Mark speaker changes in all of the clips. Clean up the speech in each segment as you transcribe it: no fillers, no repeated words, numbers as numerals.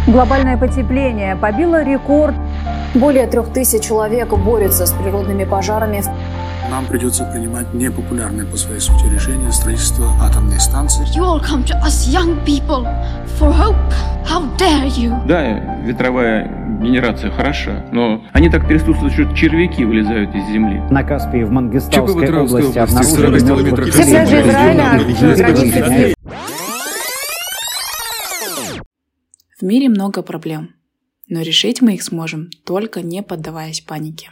Speaker 1: Глобальное потепление побило рекорд.
Speaker 2: Более 3000 человек борются с природными пожарами.
Speaker 3: Нам придется принимать непопулярные по своей сути решения строительства атомной станции.
Speaker 4: You all come to us young people for hope. How dare you?
Speaker 5: Да, ветровая генерация хороша, но они так трясутся, что червяки вылезают из земли.
Speaker 6: На Каспии в Мангистауской области
Speaker 3: обнаружили
Speaker 6: мертвых
Speaker 1: Все пляжи Израиля.
Speaker 7: В мире много проблем, но решить мы их сможем, только не поддаваясь панике.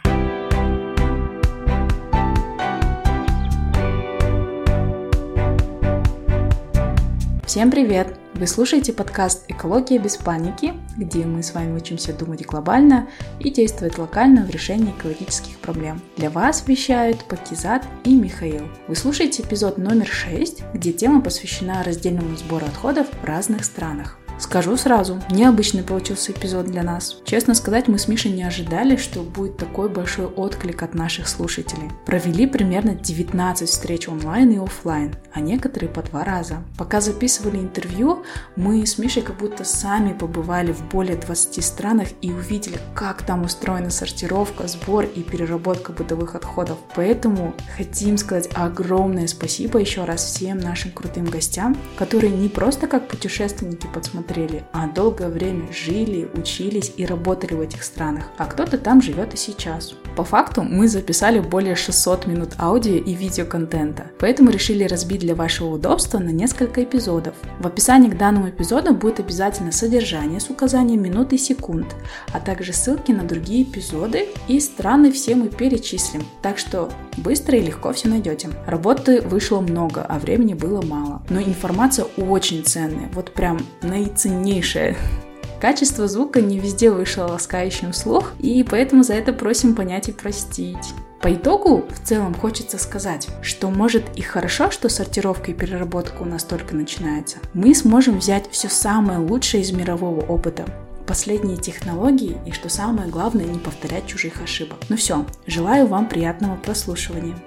Speaker 7: Всем привет! Вы слушаете подкаст «Экология без паники», где мы с вами учимся думать глобально и действовать локально в решении экологических проблем. Для вас вещают Пакизат и Михаил. Вы слушаете эпизод номер 6, где тема посвящена раздельному сбору отходов в разных странах. Скажу сразу, необычный получился эпизод для нас. Честно сказать, мы с Мишей не ожидали, что будет такой большой отклик от наших слушателей. Провели примерно 19 встреч онлайн и офлайн, а некоторые по 2 раза. Пока записывали интервью, мы с Мишей как будто сами побывали в более 20 странах и увидели, как там устроена сортировка, сбор и переработка бытовых отходов. Поэтому хотим сказать огромное спасибо еще раз всем нашим крутым гостям, которые не просто как путешественники подсмотрели, а долгое время жили, учились и работали в этих странах, а кто-то там живет и сейчас. По факту мы записали более 600 минут аудио и видеоконтента, поэтому решили разбить для вашего удобства на несколько эпизодов. В описании к данному эпизоду будет обязательно содержание с указанием минут и секунд, а также ссылки на другие эпизоды, и страны все мы перечислим, так что быстро и легко все найдете. Работы вышло много, а времени было мало, но информация очень ценная, вот прям наиценнейшая. Качество звука не везде вышло ласкающим слух, и поэтому за это просим понять и простить. По итогу, в целом, хочется сказать, что может и хорошо, что сортировка и переработка у нас только начинается. Мы сможем взять все самое лучшее из мирового опыта, последние технологии и, что самое главное, не повторять чужих ошибок. Ну все, желаю вам приятного прослушивания.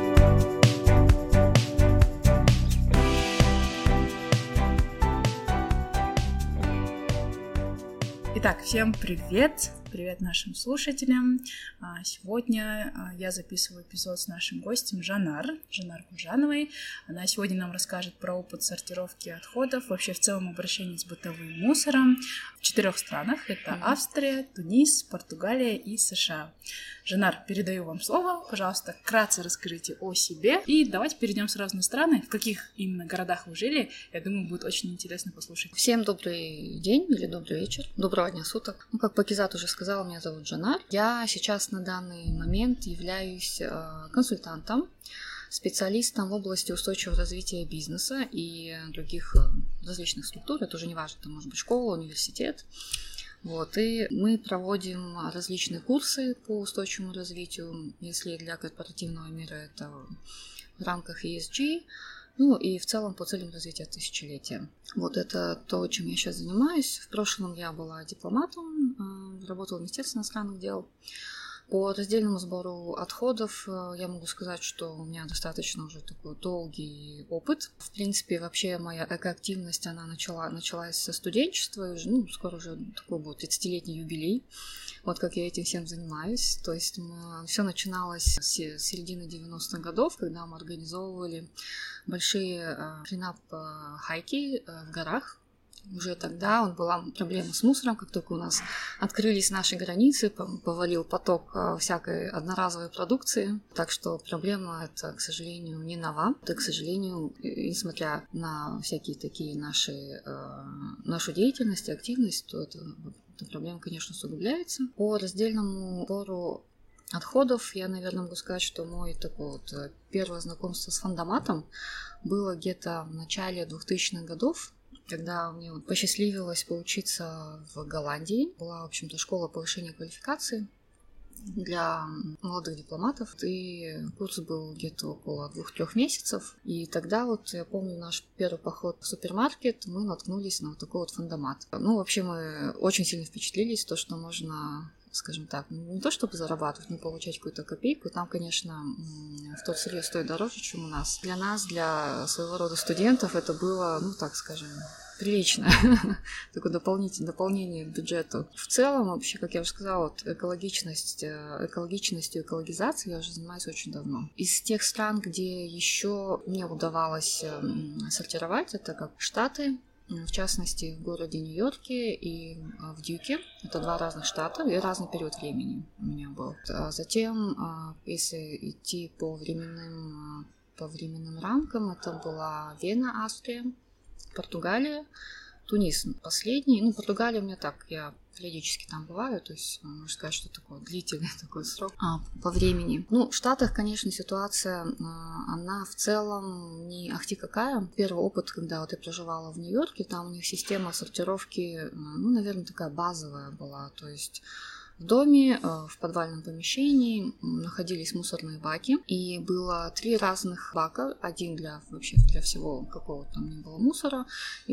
Speaker 7: Итак, всем привет! Привет нашим слушателям! Сегодня я записываю эпизод с нашим гостем Жанар Куджановой. Она сегодня нам расскажет про опыт сортировки отходов, вообще в целом обращения с бытовым мусором в 4 странах. Это Австрия, Тунис, Португалия и США. Жанар, передаю вам слово. Пожалуйста, вкратце расскажите о себе. И давайте перейдем сразу на страны. В каких именно городах вы жили? Я думаю, будет очень интересно послушать.
Speaker 8: Всем добрый день или добрый вечер. Доброго дня суток. Как Пакизат уже сказал, меня зовут Жанар. Я сейчас на данный момент являюсь консультантом, специалистом в области устойчивого развития бизнеса и других различных структур. Это уже не важно, это может быть школа, университет. И мы проводим различные курсы по устойчивому развитию, если для корпоративного мира это в рамках ESG, и в целом по целям развития тысячелетия. Это то, чем я сейчас занимаюсь. В прошлом я была дипломатом, работала в Министерстве иностранных дел. По раздельному сбору отходов я могу сказать, что у меня достаточно уже такой долгий опыт. В принципе, вообще моя экоактивность, она началась со студенчества, и скоро уже такой будет 30-летний юбилей. Как я этим всем занимаюсь. То есть все начиналось с середины 90-х годов, когда мы организовывали большие клинап-хайки в горах. Уже тогда была проблема с мусором, как только у нас открылись наши границы, повалил поток всякой одноразовой продукции. Так что проблема эта, к сожалению, не нова. И, к сожалению, несмотря на всякие такие нашу деятельность и активность, то эта проблема, конечно, усугубляется. По раздельному сбору отходов я, наверное, могу сказать, что мое такое первое знакомство с фандоматом было где-то в начале 2000-х годов, когда мне посчастливилось поучиться в Голландии. Была, в общем-то, школа повышения квалификации для молодых дипломатов. И курс был где-то около 2-3 месяцев. И тогда я помню наш первый поход в супермаркет, мы наткнулись на такой фандомат. Вообще мы очень сильно впечатлились, то, что можно, скажем так, не то чтобы зарабатывать, но получать какую-то копейку. Там, конечно, вторсырье стоит дороже, чем у нас. Для нас, для своего рода студентов, это было, так скажем, приличное. Такое дополнение к бюджету. В целом, вообще, как я уже сказала, вот экологичностью, экологизацией я уже занимаюсь очень давно. Из тех стран, где еще мне удавалось сортировать, это как Штаты, в частности, в городе Нью-Йорке и в Дьюке. Это 2 разных штата и разный период времени у меня был. Затем, если идти по временным рамкам, это была Вена, Австрия, Португалия, Тунис последний. Португалия у меня так, я периодически там бываю, то есть, можно сказать, что такой длительный такой срок по времени. В Штатах, конечно, ситуация, она в целом не ахти какая. Первый опыт, когда вот я проживала в Нью-Йорке, там у них система сортировки, наверное, такая базовая была, то есть в доме, в подвальном помещении находились мусорные баки, и было 3 разных бака, один для всего какого там ни было мусора, и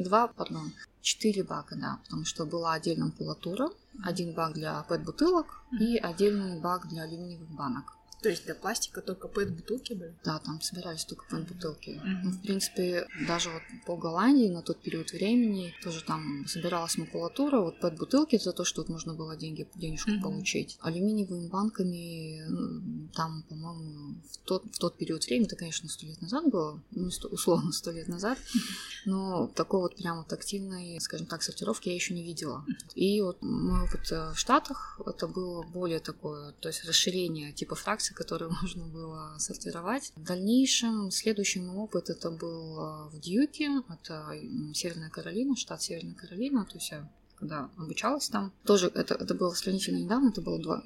Speaker 8: 4 бака, да, потому что была отдельная макулатура, 1 бак для пэт-бутылок и отдельный бак для алюминиевых банок.
Speaker 9: То есть для пластика только пэт-бутылки были?
Speaker 8: Да, там собирались только пэт-бутылки. В принципе, даже вот по Голландии на тот период времени тоже там собиралась макулатура. Вот пэт-бутылки за то, что тут нужно было денежку получить. Алюминиевыми банками там, по-моему, в тот период времени, это, конечно, 100 лет назад было, условно 100 лет назад, но такой вот прям вот активной, скажем так, сортировки я еще не видела. И вот мой опыт в Штатах, это было более такое, то есть расширение типа фракций, которые можно было сортировать. В дальнейшем, следующий мой опыт, это был в Дьюке, это Северная Каролина, штат Северная Каролина, то есть я когда обучалась там, тоже это было сравнительно недавно, это было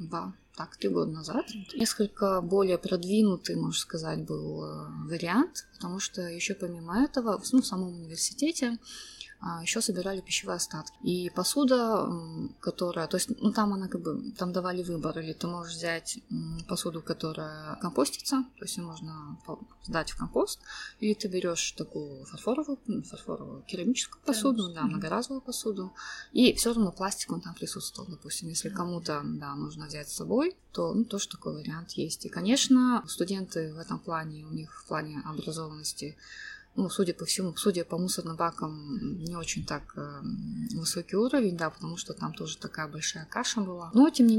Speaker 8: 3 года назад. Несколько более продвинутый, можно сказать, был вариант, потому что еще помимо этого, в самом университете еще собирали пищевые остатки. И посуда, которая... То есть, там она там давали выбор. Или ты можешь взять посуду, которая компостится, то есть ее можно сдать в компост, или ты берешь такую фарфоровую керамическую посуду, многоразовую посуду, и все равно пластик он там присутствовал. Допустим, если кому-то, нужно взять с собой, то тоже такой вариант есть. И, конечно, студенты в этом плане, у них в плане образованности, судя по всему, судя по мусорным бакам, не очень так высокий уровень, да, потому что там тоже такая большая каша была. Но, тем не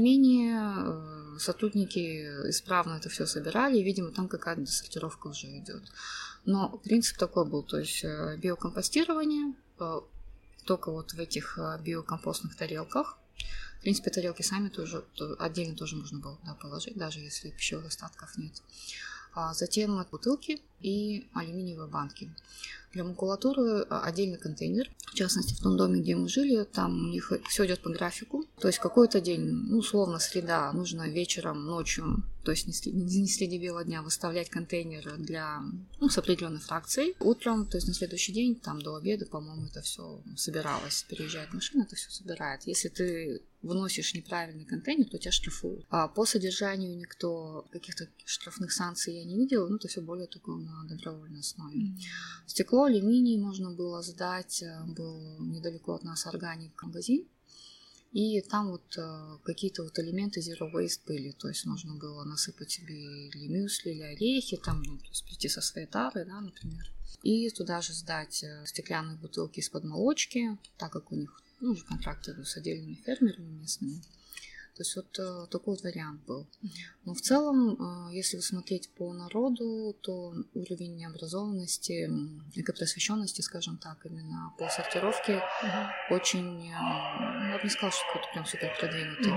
Speaker 8: менее, сотрудники исправно это все собирали, и, видимо, там какая-то досортировка уже идет. Но принцип такой был, то есть биокомпостирование только вот в этих биокомпостных тарелках. В принципе, тарелки сами тоже отдельно тоже можно было положить, даже если пищевых остатков нет. Затем бутылки и алюминиевые банки. Для макулатуры отдельный контейнер. В частности, в том доме, где мы жили, там у них все идет по графику. То есть какой-то день, условно, среда, нужно вечером, ночью, то есть не среди бела дня, выставлять контейнер для, с определенной фракцией. Утром, то есть на следующий день, там до обеда, по-моему, это все собиралось. Переезжает машина, это все собирает. Если ты вносишь неправильный контейнер, то тебя штрафуют. А по содержанию никто каких-то штрафных санкций я не видела, это все более такое на добровольной основе. Стекло, алюминий можно было сдать, был недалеко от нас органик-магазин, и там вот какие-то вот элементы zero waste были, то есть нужно было насыпать себе или мюсли, или орехи, там, то есть прийти со своей тарой, да, например, и туда же сдать стеклянные бутылки из-под молочки, так как у них контракты с отдельными фермерами местными. То есть вот такой вот вариант был. Но в целом, если смотреть по народу, то уровень образованности, экопросвещенности, скажем так, именно по сортировке очень, я бы не сказала, что какой-то прям супер продвинутый.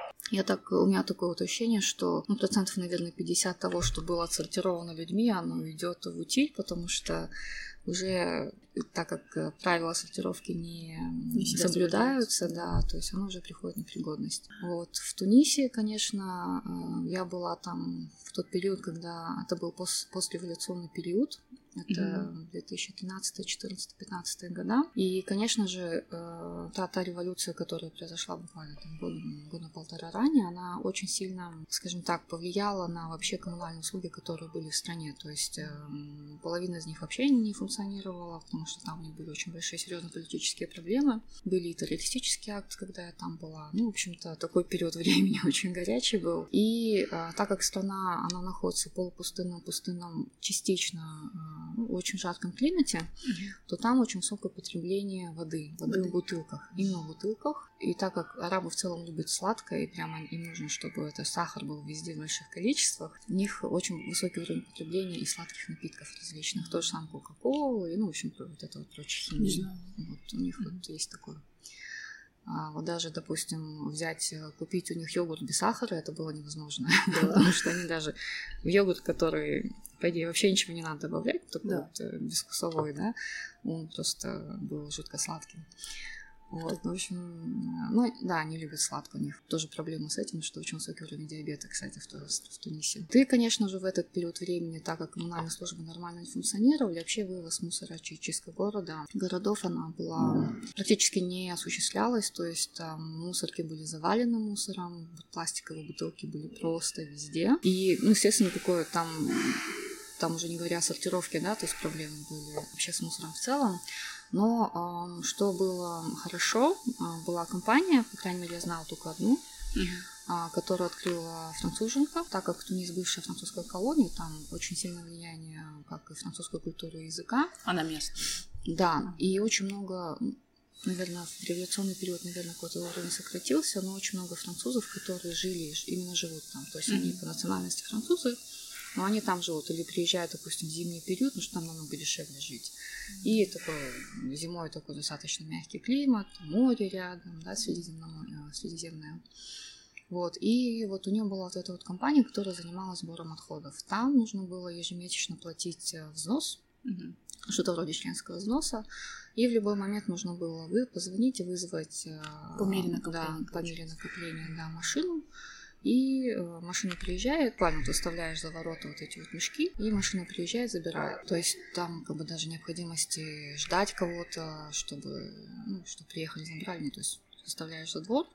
Speaker 8: У меня такое вот ощущение, что процентов, наверное, 50 того, что было отсортировано людьми, оно идет в утиль, потому что уже, так как правила сортировки не соблюдаются, да, то есть оно уже приходит в непригодность. Вот в Тунисе, конечно, я была там в тот период, когда это был постреволюционный период, это 2013, 2014, 2015 года. И, конечно же, та революция, которая произошла буквально года полтора ранее, она очень сильно, скажем так, повлияла на вообще коммунальные услуги, которые были в стране. То есть половина из них вообще не функционировала, потому что там у них были очень большие серьезные политические проблемы. Были и террористические акты, когда я там была. В общем-то, такой период времени очень горячий был. И так как страна, она находится в полупустынном, пустынном, частично в очень жарком климате, то там очень высокое потребление воды в бутылках, именно в бутылках. И так как арабы в целом любят сладкое, и прямо им нужно, чтобы это сахар был везде в больших количествах, у них очень высокий уровень потребления и сладких напитков различных. То же самое кока-колы, и, в общем, вот это вот прочая химия. Вот у них вот есть такое. Вот даже, допустим, купить у них йогурт без сахара, это было невозможно, потому что они даже в йогурт, который, по идее, вообще ничего не надо добавлять, такой вот безвкусовой, да, он просто был жутко сладким. Вот, в общем, они любят сладкое, у них тоже проблема с этим, что очень высокий уровень диабета, кстати, в Тунисе. И, конечно же, в этот период времени, так как коммунальные службы нормально не функционировали, вообще вывоз мусора, чистка городов, она была практически не осуществлялась, то есть там мусорки были завалены мусором, пластиковые бутылки были просто везде. И, естественно, такое там уже не говоря о сортировке, да, то есть проблемы были вообще с мусором в целом. Но что было хорошо, была компания, по крайней мере, я знала только одну, которую открыла француженка, так как Тунис бывшая французская колония, там очень сильное влияние как и французской культуры и языка.
Speaker 9: Она местная.
Speaker 8: Да, и очень много, наверное, в революционный период, наверное, какой-то уровень сократился, но очень много французов, которые живут там, то есть они по национальности французы, но они там живут или приезжают, допустим, в зимний период, потому что там намного дешевле жить. И зимой такой достаточно мягкий климат, море рядом, да, Средиземное. Вот. И вот у нее была вот эта вот компания, которая занималась сбором отходов. Там нужно было ежемесячно платить взнос, что-то вроде членского взноса, и в любой момент можно было позвонить и вызвать
Speaker 9: по мере накопления
Speaker 8: машину. И машина приезжает, буквально ты оставляешь за ворота вот эти вот мешки, и машина приезжает, забирает. То есть там как бы даже необходимости ждать кого-то, чтобы приехали, забрали. То есть оставляешь за двор,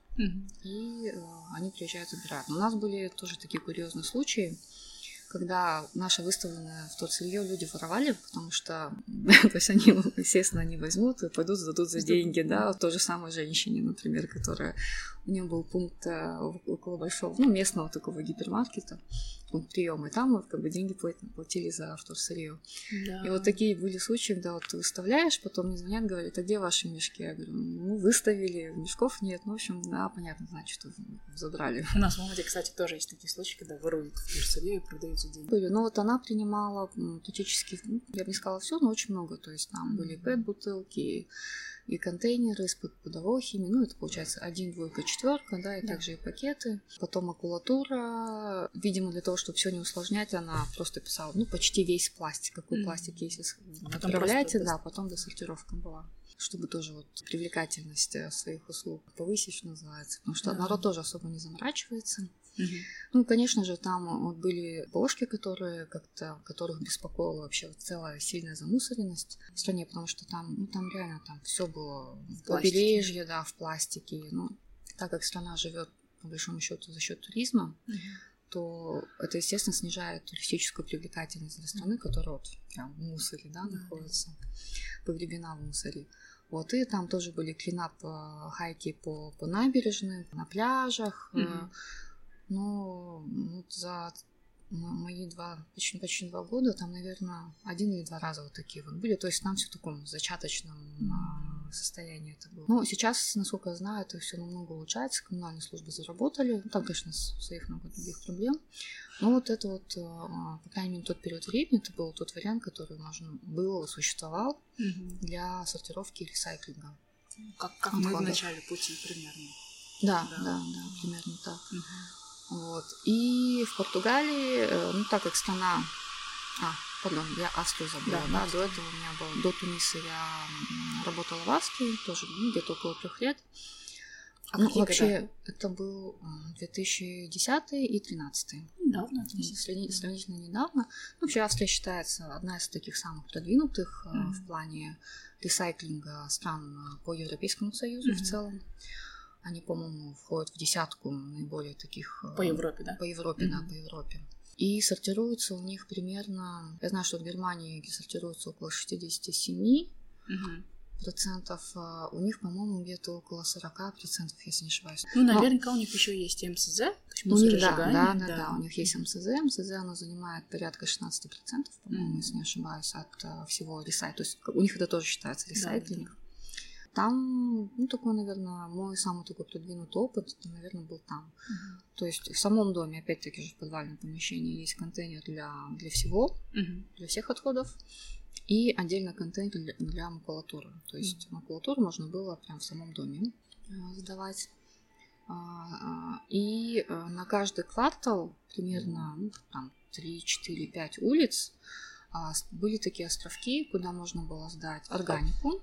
Speaker 8: и они приезжают, забирают. Но у нас были тоже такие курьезные случаи, когда наше выставленное вторсырье люди воровали, потому что, то есть они, естественно, они возьмут и пойдут, сдадут за деньги, да, вот той же самой женщине, например, которая, у нее был пункт около большого, местного такого гипермаркета, пункт приема, и там вот как бы деньги платили за вторсырье. Да. И вот такие были случаи, когда вот ты выставляешь, потом мне звонят, говорят, а где ваши мешки? Я говорю, выставили, мешков нет, в общем, да, понятно, значит, что забрали.
Speaker 9: У нас в Алмате, кстати, тоже есть такие случаи, когда воруют вторсырье и продают за деньги.
Speaker 8: Но вот она принимала практически, я бы не сказала все, но очень много, то есть там были пэт-бутылки, и контейнеры из-под бытовой химии, это получается 1, 2, 4, да, и также и пакеты. Потом макулатура, видимо, для того, чтобы все не усложнять, она просто писала, почти весь пластик, какой пластик, если отправляете, потом досортировка была. Чтобы тоже вот привлекательность своих услуг повысить, что называется, потому что народ тоже особо не заморачивается. Конечно же, там вот были ложки, которых беспокоила вообще вот целая сильная замусоренность в стране, потому что там реально там все было в побережье, да, в пластике. Так как страна живет по большому счету за счет туризма, то это, естественно, снижает туристическую привлекательность для страны, которая вот прям в мусоре, да, находится, погребена в мусоре. Вот, и там тоже были клинап хайки по набережным, на пляжах. Но за мои почти 2 года там, наверное, 1 или 2 раза вот такие вот были. То есть там все в таком зачаточном состоянии это было. Но сейчас, насколько я знаю, это все намного улучшается. Коммунальные службы заработали. Там, конечно, своих много других проблем. Но вот это вот, по крайней мере, тот период времени, это был тот вариант, который существовал для сортировки и ресайклинга.
Speaker 9: Как мы в начале пути примерно.
Speaker 8: Да, примерно так. Вот. И в Португалии, так как страна... я Австрию забыла, да, до этого у меня было... До Туниса я работала в Австрии, тоже где-то около 3 лет. Вообще, это был 2010 и 2013.
Speaker 9: Недавно.
Speaker 8: Сравнительно недавно. Вообще, Австрия считается одна из таких самых продвинутых в плане ресайклинга стран по Европейскому Союзу в целом. Они, по-моему, входят в 10 наиболее таких...
Speaker 9: По Европе, да?
Speaker 8: По Европе, да, по Европе. И сортируются у них примерно... Я знаю, что в Германии сортируются около 67%. у них, по-моему, где-то около 40%, если не ошибаюсь.
Speaker 9: Ну, наверняка у них еще есть МСЗ, то есть
Speaker 8: у них,
Speaker 9: мусоросжигание.
Speaker 8: У них есть МСЗ, оно занимает порядка 16%, по-моему, если не ошибаюсь, от всего ресайклинга. То есть у них это тоже считается ресайклинг. Да. Там, такой, наверное, мой самый такой продвинутый опыт, наверное, был там. То есть в самом доме, опять-таки же в подвальном помещении, есть контейнер для всего, для всех отходов, и отдельно контейнер для макулатуры. То есть макулатуру можно было прямо в самом доме сдавать. И на каждый квартал, примерно 3, 4, 5 улиц, были такие островки, куда можно было сдать органику,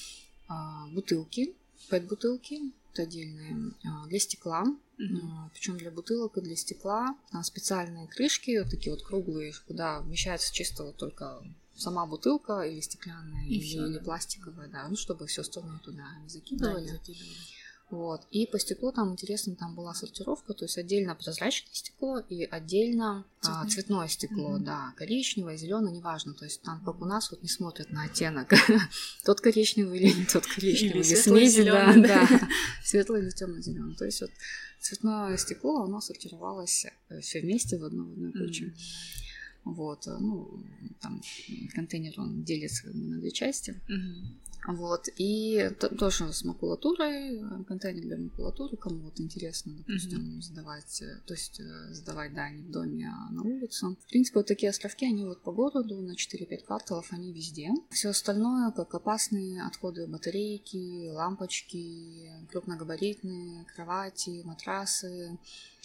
Speaker 8: бутылки, PET-бутылки, это отдельные, для стекла, причем для бутылок и для стекла там специальные крышки, вот такие вот круглые, куда вмещается чисто вот только сама бутылка или стеклянная, или пластиковая, да, чтобы все остальное туда не закидывали. Вот. И по стеклу там интересно, там была сортировка, то есть отдельно прозрачное стекло и отдельно цветное стекло, да, коричневое, зеленое, неважно, то есть там, как у нас, вот не смотрят на оттенок, тот коричневый или не тот коричневый, или смесь, да, светлый или темно-зеленый, то есть вот цветное стекло, оно сортировалось все вместе в одной куче. Вот, там контейнер, он делится на 2 части. Вот, и тоже с макулатурой, контейнер для макулатуры, кому вот интересно, допустим, сдавать, да, не в доме, а на улицу. В принципе, вот такие островки, они вот по городу на 4-5 кварталов, они везде. Все остальное, как опасные отходы, батарейки, лампочки, крупногабаритные, кровати, матрасы,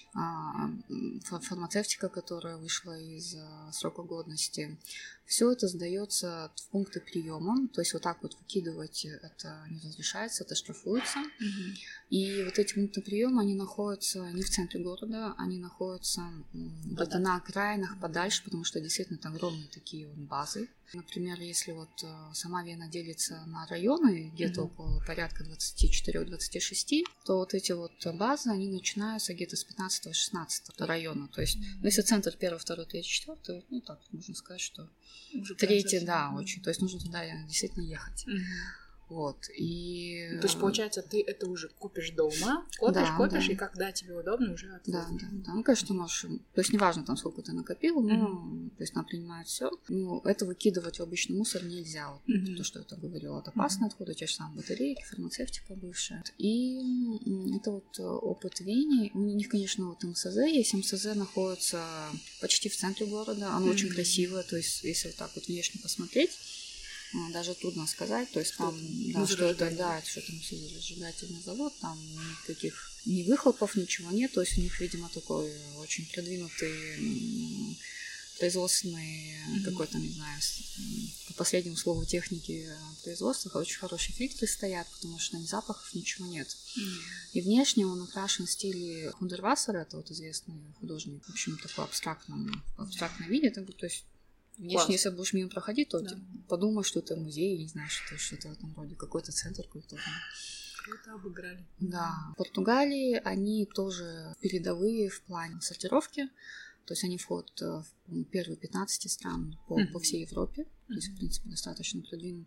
Speaker 8: фармацевтика, которая вышла из срока годности. Все это сдается в пункты приема, то есть вот так вот выкидывать это не разрешается, это штрафуется. И вот эти пункты приема, они находятся не в центре города, они находятся где-то на окраинах, подальше, потому что действительно это огромные такие вот базы. Например, если вот сама Вена делится на районы, где-то около порядка 24-26, то вот эти вот базы, они начинаются где-то с 15-16 района. То есть, если центр 1, 2, 3, 4, так можно сказать, что уже 3, да, очень. То есть нужно туда действительно ехать. Вот, и...
Speaker 9: То есть, получается, ты это уже купишь дома, копишь, и когда тебе удобно, уже отвозишь.
Speaker 8: Да, конечно, ты можешь... То есть, неважно, там, сколько ты накопил, но, то есть, она принимает все. Но это выкидывать в обычный мусор нельзя. Вот, то, что я говорила, это опасные отходы, те же самые батарейки, фармацевтика бывшая. И это вот опыт Вени. У них, конечно, вот МСЗ есть. МСЗ находится почти в центре города. Оно очень красивое, то есть, если вот так вот внешне посмотреть, даже трудно сказать, то есть там, что это мусоросжигательный завод, там никаких ни выхлопов, ничего нет, то есть у них, видимо, такой очень продвинутый производственный какой-то, не знаю, по последнему слову техники производства, очень хорошие фильтры стоят, потому что ни запахов, ничего нет. И внешне он украшен в стиле Хундервассера, это вот известный художник, в общем, такой абстрактном виде, то есть внешне, если будешь мимо проходить, то подумаешь, что это музей, не знаю, что-то в этом роде, какой-то центр культурный.
Speaker 9: Круто обыграли.
Speaker 8: Да. В Португалии они тоже передовые в плане сортировки, то есть они входят в первые 15 стран по всей Европе, то есть, в принципе, достаточно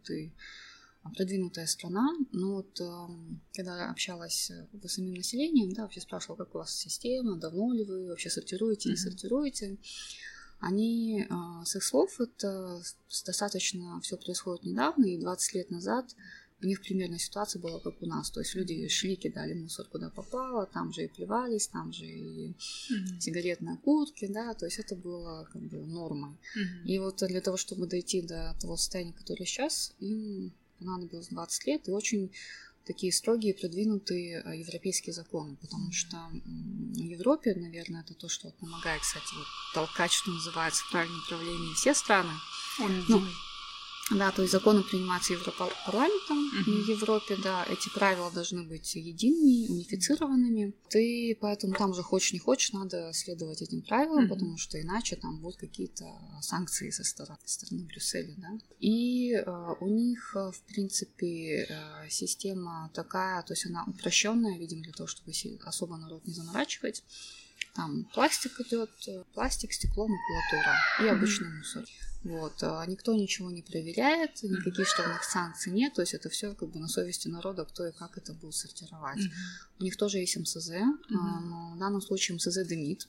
Speaker 8: продвинутая страна. Но вот когда общалась с самим населением, вообще спрашивала, как у вас система, давно ли вы вообще сортируете, не сортируете, они, с их слов, это достаточно все происходит недавно, и 20 лет назад у них примерно ситуация была, как у нас. То есть люди шли, кидали мусор куда попало, там же и плевались, там же и сигаретные окурки, да, то есть это было как бы нормой. И вот для того, чтобы дойти до того состояния, которое сейчас, им понадобилось 20 лет, и очень такие строгие, продвинутые европейские законы, потому что в Европе, наверное, это то, что помогает, кстати, вот, толкать, что называется, в правильном направлении все страны. Да, то есть законы принимаются Европарламентом в Европе, да, эти правила должны быть едиными, унифицированными. Ты поэтому там же хочешь не хочешь, надо следовать этим правилам, потому что иначе там будут какие-то санкции со стороны Брюсселя, да. И у них, в принципе, система такая, то есть она упрощенная, видимо, для того, чтобы особо народ не заморачивать. Там пластик идет, пластик, стекло, макулатура и обычный мусор. Вот. Никто ничего не проверяет, никаких штрафных санкций нет, то есть это все как бы на совести народа, кто и как это будет сортировать. У них тоже есть МСЗ, но в данном случае МСЗ дымит.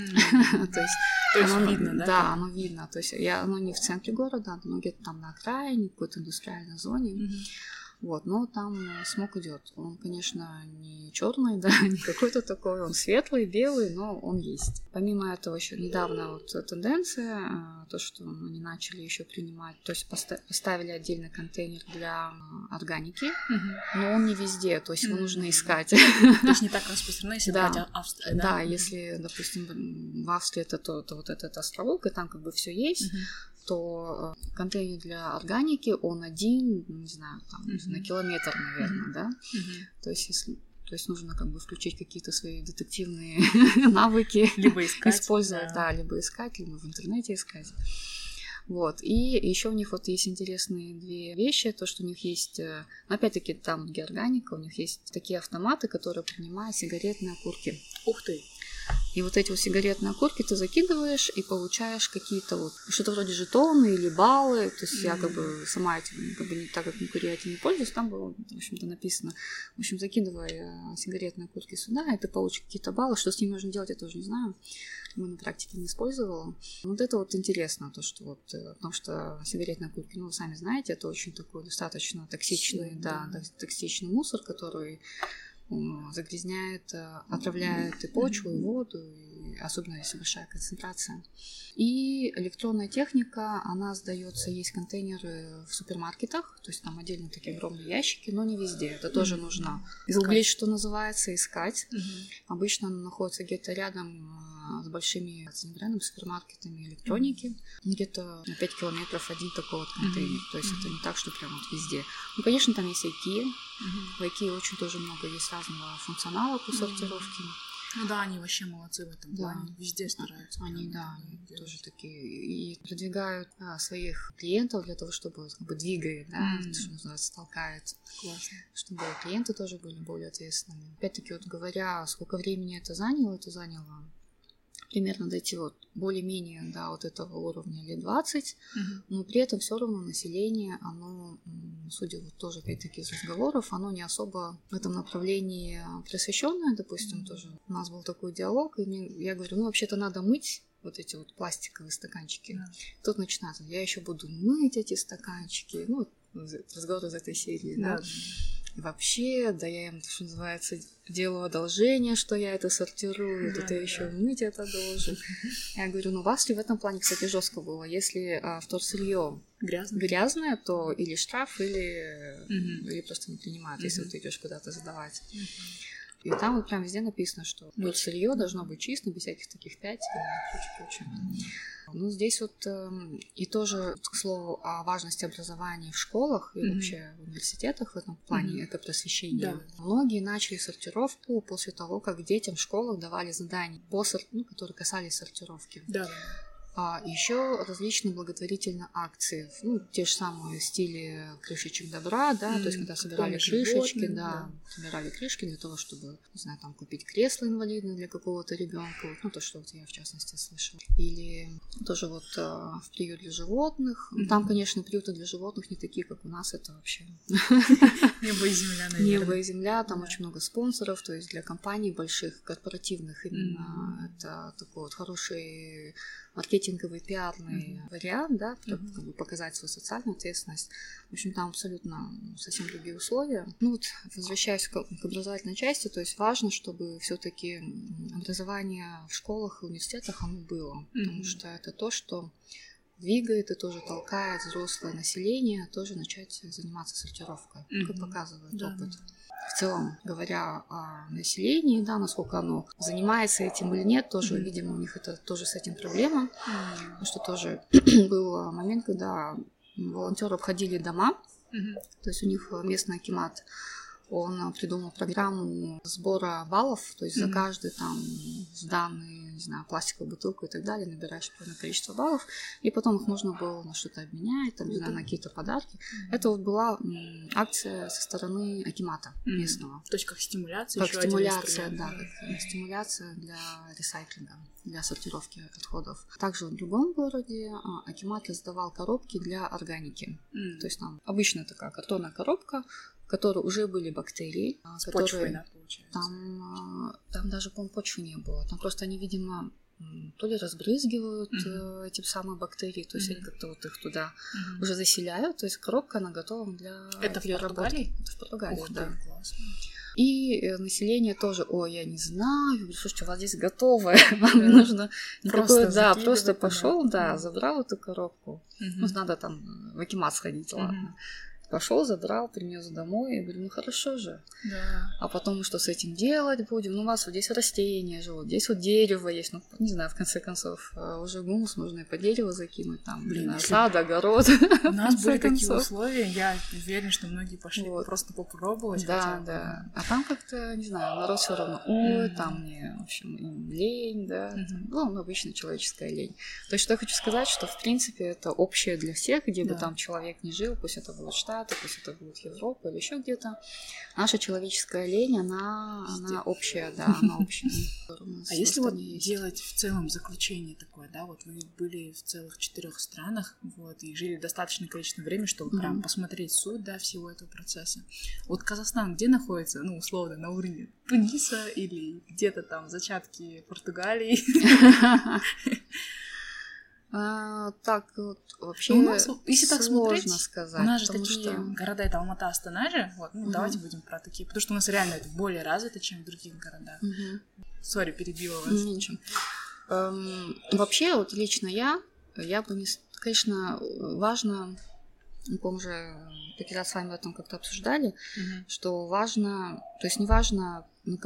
Speaker 8: То есть оно видно, да? Да, оно видно. То есть оно не в центре города, оно где-то там на окраине, в какой-то индустриальной зоне. Вот, но там смог идет. Он, конечно, не черный, да, не какой-то такой, он светлый, белый, но он есть. Помимо этого, еще недавно вот тенденция, то, что они начали еще принимать, то есть поставили отдельный контейнер для органики, но он не везде, то есть его нужно искать.
Speaker 9: То есть не так распространено, если брать Австрию, да?
Speaker 8: Да, если, допустим, в Австрии это вот этот островок, и там как бы все есть, то контейнер для органики, он один, не знаю, там, на километр, наверное, да? То есть нужно как бы включить какие-то свои детективные навыки.
Speaker 9: Либо искать.
Speaker 8: Использовать, да, либо искать, либо в интернете искать. Вот. И еще у них вот есть интересные две вещи. То, что у них есть, опять-таки, там, где органика, у них есть такие автоматы, которые принимают сигаретные окурки.
Speaker 9: Ух ты!
Speaker 8: И вот эти вот сигаретные окурки ты закидываешь и получаешь какие-то вот что-то вроде жетоны или баллы. То есть я как бы сама этим, как бы, так как на курьяте не пользуюсь, там было, в общем-то, написано. В общем, закидывай сигаретные окурки сюда, и ты получишь какие-то баллы. Что с ними можно делать, я тоже не знаю. Мы на практике не использовала. Вот это вот интересно, то, что вот, потому что сигаретные окурки, ну, вы сами знаете, это очень такой достаточно токсичный, токсичный мусор, который загрязняет, отравляет и почву, и воду, и особенно если большая концентрация. И электронная техника, она сдается, есть контейнеры в супермаркетах, то есть там отдельно такие огромные ящики, но не везде. Это тоже нужно гуглить, что называется, искать. Обычно она находится где-то рядом с большими центральными супермаркетами электроники. Где-то на 5 километров один такой вот контейнер. То есть это не так, что прям вот везде. Ну, конечно, там есть IKEA. В IKEA очень тоже много есть разного функционала по сортировке.
Speaker 9: Ну да, они вообще молодцы в этом плане. Везде стараются.
Speaker 8: Они тоже такие. И продвигают своих клиентов для того, чтобы как бы двигает, да, что называется, толкает.
Speaker 9: Классно.
Speaker 8: Чтобы клиенты тоже были более ответственными. Опять-таки, вот говоря, сколько времени это заняло примерно дойти вот более-менее до вот этого уровня лет 20, но при этом все равно население, оно, судя вот тоже опять-таки из разговоров, оно не особо в этом направлении просвещенное, допустим, тоже у нас был такой диалог, и я говорю, ну вообще-то надо мыть вот эти вот пластиковые стаканчики. Тут начинается, я еще буду мыть эти стаканчики, ну, разговор из этой серии, да. И вообще, да, я им, что называется, делаю одолжение, что я это сортирую, ты еще мыть это должен. Я говорю, ну, у вас ли в этом плане, кстати, жестко было? Если вторсырье грязное, то или штраф, или просто не принимают, если ты идешь куда-то сдавать. И там вот прям везде написано, что сырье должно быть чистым, без всяких таких пятен и прочее. Ну, здесь вот и тоже, к слову, о важности образования в школах и вообще в университетах в этом плане, это просвещение. Многие начали сортировку после того, как детям в школах давали задания, которые касались сортировки. Еще различные благотворительные акции, ну, те же самые в стиле крышечек добра, да, то есть когда собирали крышечки, собирали крышки для того, чтобы, не знаю, там купить кресло инвалидное для какого-то ребенка, ну, то, что вот я в частности слышала. Или тоже вот в приют для животных. Там, конечно, приюты для животных не такие, как у нас, это вообще
Speaker 9: небо и земля, наверное.
Speaker 8: Небо и земля, там очень много спонсоров, то есть для компаний больших, корпоративных именно это такой вот хороший маркетинговый, пиарный вариант, да, чтобы показать свою социальную ответственность. В общем, там абсолютно совсем другие условия. Ну вот, возвращаясь к образовательной части, то есть важно, чтобы все-таки образование в школах и университетах оно было, потому что это то, что двигает и тоже толкает взрослое население тоже начать заниматься сортировкой, как показывает опыт. В целом, говоря о населении, да, насколько оно занимается этим или нет, тоже, видимо, у них это тоже с этим проблема. Потому что тоже был момент, когда волонтеры обходили дома, то есть у них местный акимат Он придумал программу сбора баллов, то есть за каждый там сданный, не знаю, пластиковую бутылку и так далее набираешь определенное количество баллов, и потом их можно было на что-то обменять, там, не знаю, на какие-то подарки. Это вот была акция со стороны акимата местного.
Speaker 9: То есть как стимуляция?
Speaker 8: Как стимуляция, да, как стимуляция для ресайклинга, для сортировки отходов. Также в другом городе акимат раздавал коробки для органики. То есть там обычная такая картонная коробка, в которой уже были бактерии.
Speaker 9: С почвой, да, получается.
Speaker 8: Там даже, по-моему, почвы не было. Там просто они, видимо, то ли разбрызгивают эти самые бактерии, то есть они как-то вот их туда уже заселяют. То есть коробка, она готова для
Speaker 9: Это в Португалии?
Speaker 8: Это в Португалии,
Speaker 9: Ух ты,
Speaker 8: да.
Speaker 9: Классно.
Speaker 8: И население тоже, я не знаю, говорю, слушайте, у вас здесь готовое, вам не нужно никакое, просто пошел, забрал эту коробку. Ну, надо там в акимат сходить, ладно. Пошел, забрал, принес домой, и говорю, хорошо же.
Speaker 9: Да.
Speaker 8: А потом мы что с этим делать будем? У вас вот здесь растения живут, здесь вот дерево есть, не знаю, в конце концов, уже гумус можно и по дереву закинуть, там, сад, огород.
Speaker 9: У нас были такие условия, я уверена, что многие пошли просто попробовать.
Speaker 8: Да. А там как-то, не знаю, народ все равно, там мне, в общем, лень, да, обычно человеческая лень. То есть, что я хочу сказать, что, в принципе, это общее для всех, где бы там человек не жил, пусть это будет Штаты, пусть это будет Европа или еще где-то. Наша человеческая лень, она общая, да, она общая.
Speaker 9: А если вот делать в целом заключение такое, да, вот вы были в целых 4 странах, вот, и жили достаточное количество времени, чтобы прям посмотреть суть, да, всего этого процесса. Вот Казахстан где находится, условно, на уровне Туниса или где-то там зачатки Португалии?
Speaker 8: Так вот, вообще
Speaker 9: если так смотреть,
Speaker 8: сказать.
Speaker 9: У нас же такие города, это Алмата, Астана же, вот, давайте будем про такие, потому что у нас реально это более развито, чем в других городах. Сори, перебила вас.
Speaker 8: Вообще, вот лично я бы не... Конечно, важно, мы уже таки раз с вами об этом как-то обсуждали, что важно, то есть не важно, на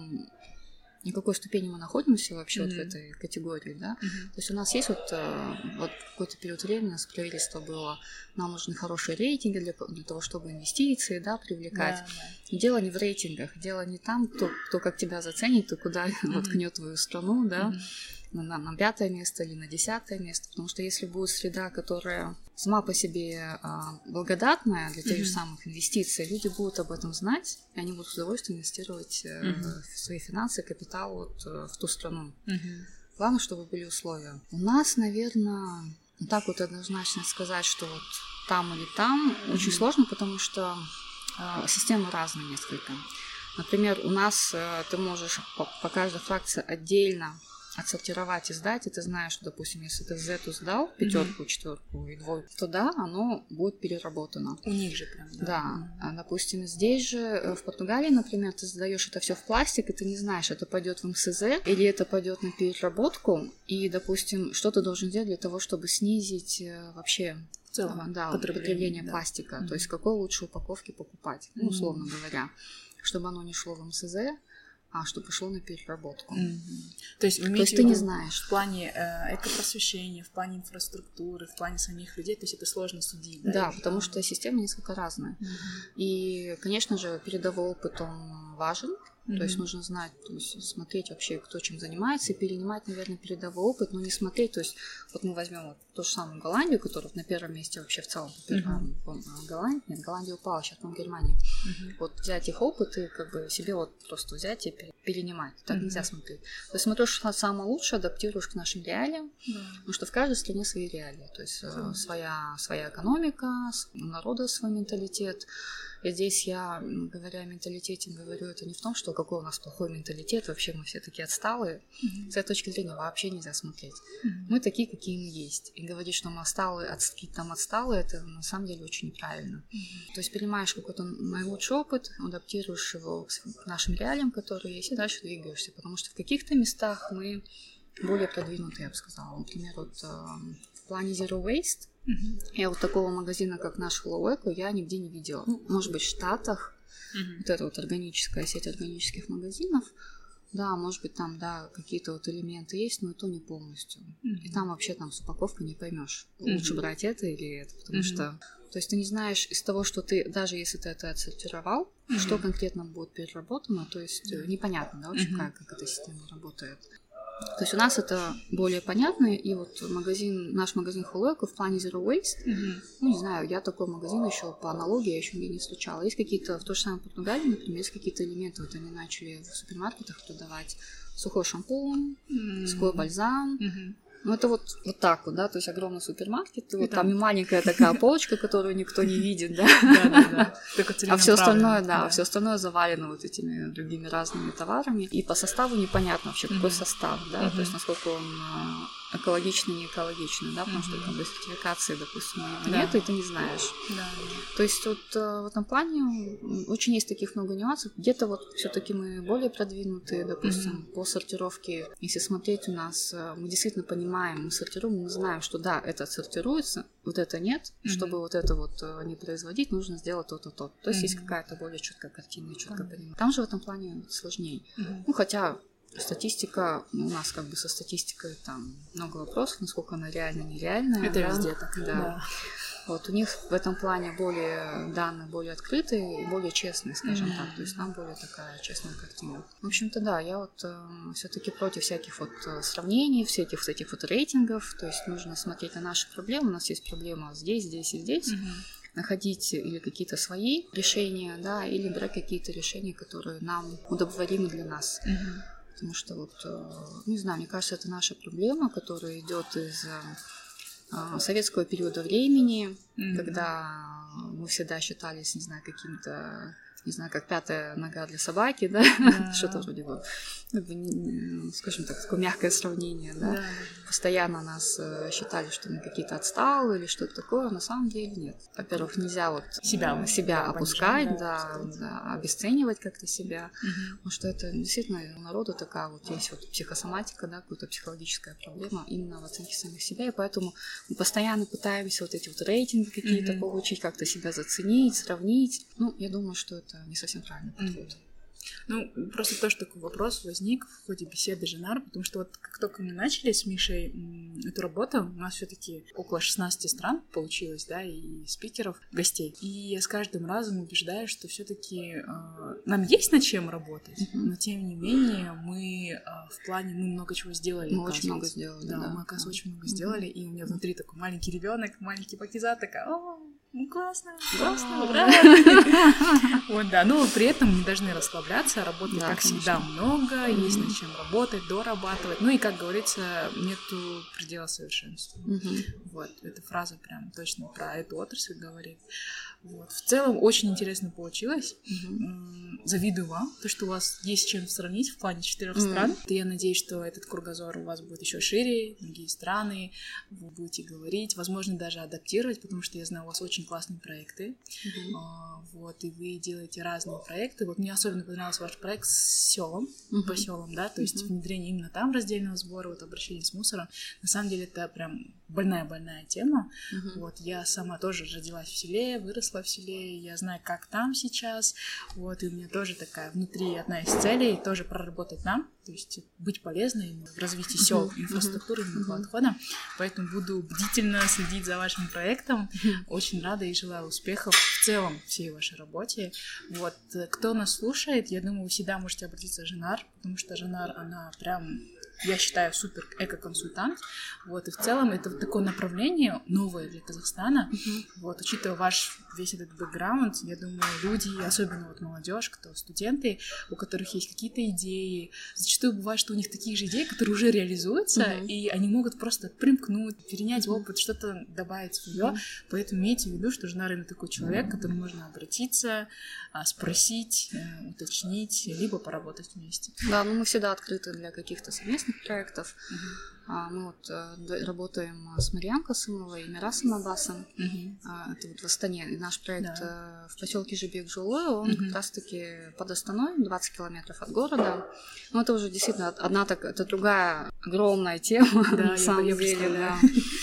Speaker 8: какой ступени мы находимся вообще вот в этой категории, да. То есть у нас есть вот какой-то период времени, у нас правительство было, нам нужны хорошие рейтинги для того, чтобы инвестиции, да, привлекать. Дело не в рейтингах, дело не там, кто как тебя заценит и куда воткнет твою страну, да, на 5-е место или на 10-е место, потому что если будет среда, которая сама по себе благодатная для тех же самых инвестиций, люди будут об этом знать, и они будут с удовольствием инвестировать свои финансы, капитал вот в ту страну. Главное, чтобы были условия. У нас, наверное, так вот однозначно сказать, что вот там или там, очень сложно, потому что системы разные несколько. Например, у нас ты можешь по каждой фракции отдельно отсортировать и сдать, и ты знаешь, что, допустим, если ты Z сдал 5, 4 и 2, то да, оно будет переработано.
Speaker 9: У них же прям, да.
Speaker 8: Да. А, допустим, здесь же, в Португалии, например, ты сдаешь это все в пластик, и ты не знаешь, это пойдет в МСЗ или это пойдет на переработку, и, допустим, что ты должен делать для того, чтобы снизить вообще
Speaker 9: в целом,
Speaker 8: потребление пластика, то есть какой лучше упаковки покупать, условно говоря, чтобы оно не шло в МСЗ, а чтобы шло на переработку.
Speaker 9: То есть
Speaker 8: ты не знаешь.
Speaker 9: В плане экопросвещения, в плане инфраструктуры, в плане самих людей, то есть это сложно судить.
Speaker 8: Да, потому что системы несколько разные. И, конечно же, передовой опыт, он важен. То есть нужно знать, то есть смотреть вообще, кто чем занимается, и перенимать, наверное, передовой опыт, но не смотреть, то есть вот мы возьмем вот ту же самую Голландию, которая на первом месте вообще в целом, Голландия упала, сейчас там Германия. Вот взять их опыт и как бы себе вот просто взять и перенимать, так нельзя смотреть. То есть смотришь, что самое лучшее, адаптируешь к нашим реалиям, потому что в каждой стране свои реалии, то есть своя экономика, у народа свой менталитет. И здесь я, говоря о менталитете, говорю это не в том, что какой у нас плохой менталитет, вообще мы все такие отсталые. С этой точки зрения вообще нельзя смотреть. Мы такие, какие мы есть. И говорить, что мы отсталые, это на самом деле очень неправильно. То есть перенимаешь какой-то наилучший опыт, адаптируешь его к нашим реалиям, которые есть, и дальше двигаешься. Потому что в каких-то местах мы более продвинутые, я бы сказала. Например, вот в плане Zero Waste, я вот такого магазина, как наш Hello Eco, я нигде не видела. Может быть, в Штатах вот эта вот органическая сеть органических магазинов, Да, может быть, там, да, какие-то вот элементы есть, но и то не полностью. И там вообще там с упаковкой не поймешь, лучше брать это или это, потому что... То есть ты не знаешь из того, что ты, даже если ты это отсортировал, что конкретно будет переработано, то есть непонятно, да, вообще, как эта система работает. То есть у нас это более понятно, и вот наш магазин Whole Eco в плане Zero Waste, ну, не знаю, я такой магазин еще по аналогии я еще не встречала. Есть какие-то, в той же самой Португалии, например, есть какие-то элементы, вот они начали в супермаркетах продавать сухой шампунь, сухой бальзам. Ну, это вот так вот, да, то есть огромный супермаркет, вот там и маленькая такая полочка, которую никто не видит, да. А все остальное, да, все остальное завалено вот этими другими разными товарами. И по составу непонятно вообще, какой состав, да, то есть насколько он экологичный, не экологичный, да, потому что там без сертификации, допустим, нет, и ты не знаешь. То есть вот в этом плане очень есть таких много нюансов. Где-то вот все-таки мы более продвинутые, допустим, по сортировке. Если смотреть у нас, мы действительно понимаем, мы сортируем, мы знаем, что да, это сортируется, вот это нет, чтобы вот это вот не производить, нужно сделать то-то, то. То есть есть какая-то более четкая картина, четкое понимание. Там же в этом плане сложнее. Ну, хотя статистика, у нас как бы со статистикой там много вопросов, насколько она реально, нереальная.
Speaker 9: Это везде так,
Speaker 8: да. Вот у них в этом плане более данные более открытые, более честные, скажем так. То есть там более такая честная картина. В общем-то, да, я вот все-таки против всяких вот сравнений, всяких вот этих вот рейтингов. То есть нужно смотреть на наши проблемы. У нас есть проблема здесь, здесь и здесь. Находить или какие-то свои решения, да, или брать какие-то решения, которые нам удобоваримы для нас. Потому что вот, не знаю, мне кажется, это наша проблема, которая идет из советского периода времени, когда мы всегда считались, не знаю, каким-то, не знаю, как пятая нога для собаки, да, что-то вроде бы, скажем так, такое мягкое сравнение, да. Постоянно нас считали, что мы какие-то отсталые или что-то такое, на самом деле нет. Во-первых, нельзя вот себя опускать, да, обесценивать как-то себя, потому что это действительно у народа такая вот есть вот психосоматика, да, какая-то психологическая проблема именно в оценке самих себя, и поэтому мы постоянно пытаемся вот эти вот рейтинги какие-то получить, как-то себя заценить, сравнить. Ну, я думаю, что это не совсем правильный подход.
Speaker 9: Ну, просто тоже такой вопрос возник в ходе беседы Жанар, потому что вот как только мы начали с Мишей эту работу, у нас все-таки около 16 стран получилось, да, и спикеров, гостей. И я с каждым разом убеждаюсь, что все-таки нам есть над чем работать, но тем не менее мы в плане мы много чего сделали.
Speaker 8: Мы очень много сделали,
Speaker 9: да. Мы, оказывается, очень много сделали, и у меня внутри такой маленький ребенок, маленький Пакиза, такая: ну классно, ура! Вот, да, но при этом мы не должны расслабляться, работы, как всегда, много, есть над чем работать, дорабатывать. Ну и, как говорится, нету предела совершенства. Вот, эта фраза прям точно про эту отрасль говорит. Вот. В целом очень интересно получилось. Завидую вам, то, что у вас есть чем сравнить в плане 4 стран. Я надеюсь, что этот кругозор у вас будет еще шире, другие страны, вы будете говорить, возможно, даже адаптировать, потому что я знаю, у вас очень классные проекты. Вот, и вы делаете разные проекты. Вот мне особенно понравился ваш проект с селом, по селам, да, то есть внедрение именно там раздельного сбора, вот обращение с мусором. На самом деле это прям больная тема. Вот, я сама тоже родилась в селе, выросла в селе, я знаю, как там сейчас, вот, и у меня тоже такая внутри одна из целей тоже проработать там, то есть быть полезной в развитии сел, инфраструктуры, отхода, поэтому буду бдительно следить за вашим проектом, очень рада и желаю успехов в целом всей вашей работе. Вот, кто нас слушает, я думаю, вы всегда можете обратиться к Жанар, потому что Жанар, она прям, я считаю, супер эко-консультант, вот, и в целом это такое направление новое для Казахстана, вот, учитывая ваш весь этот бэкграунд, я думаю, люди, особенно вот молодежь, кто студенты, у которых есть какие-то идеи, зачастую бывает, что у них такие же идеи, которые уже реализуются, и они могут просто примкнуть, перенять опыт, что-то добавить свое, поэтому имейте в виду, что Жанар именно такой человек, к которому можно обратиться, спросить, уточнить, либо поработать вместе.
Speaker 8: Да, ну мы всегда открыты для каких-то совместных проектов. Мы вот работаем с Мариам Касымовой и Мирасом Аббасом. Это вот в Астане. И наш проект в поселке Жибек-Жолой, он как раз-таки под Астаной, 20 километров от города. Но это уже действительно это другая огромная тема, на самом деле. Да.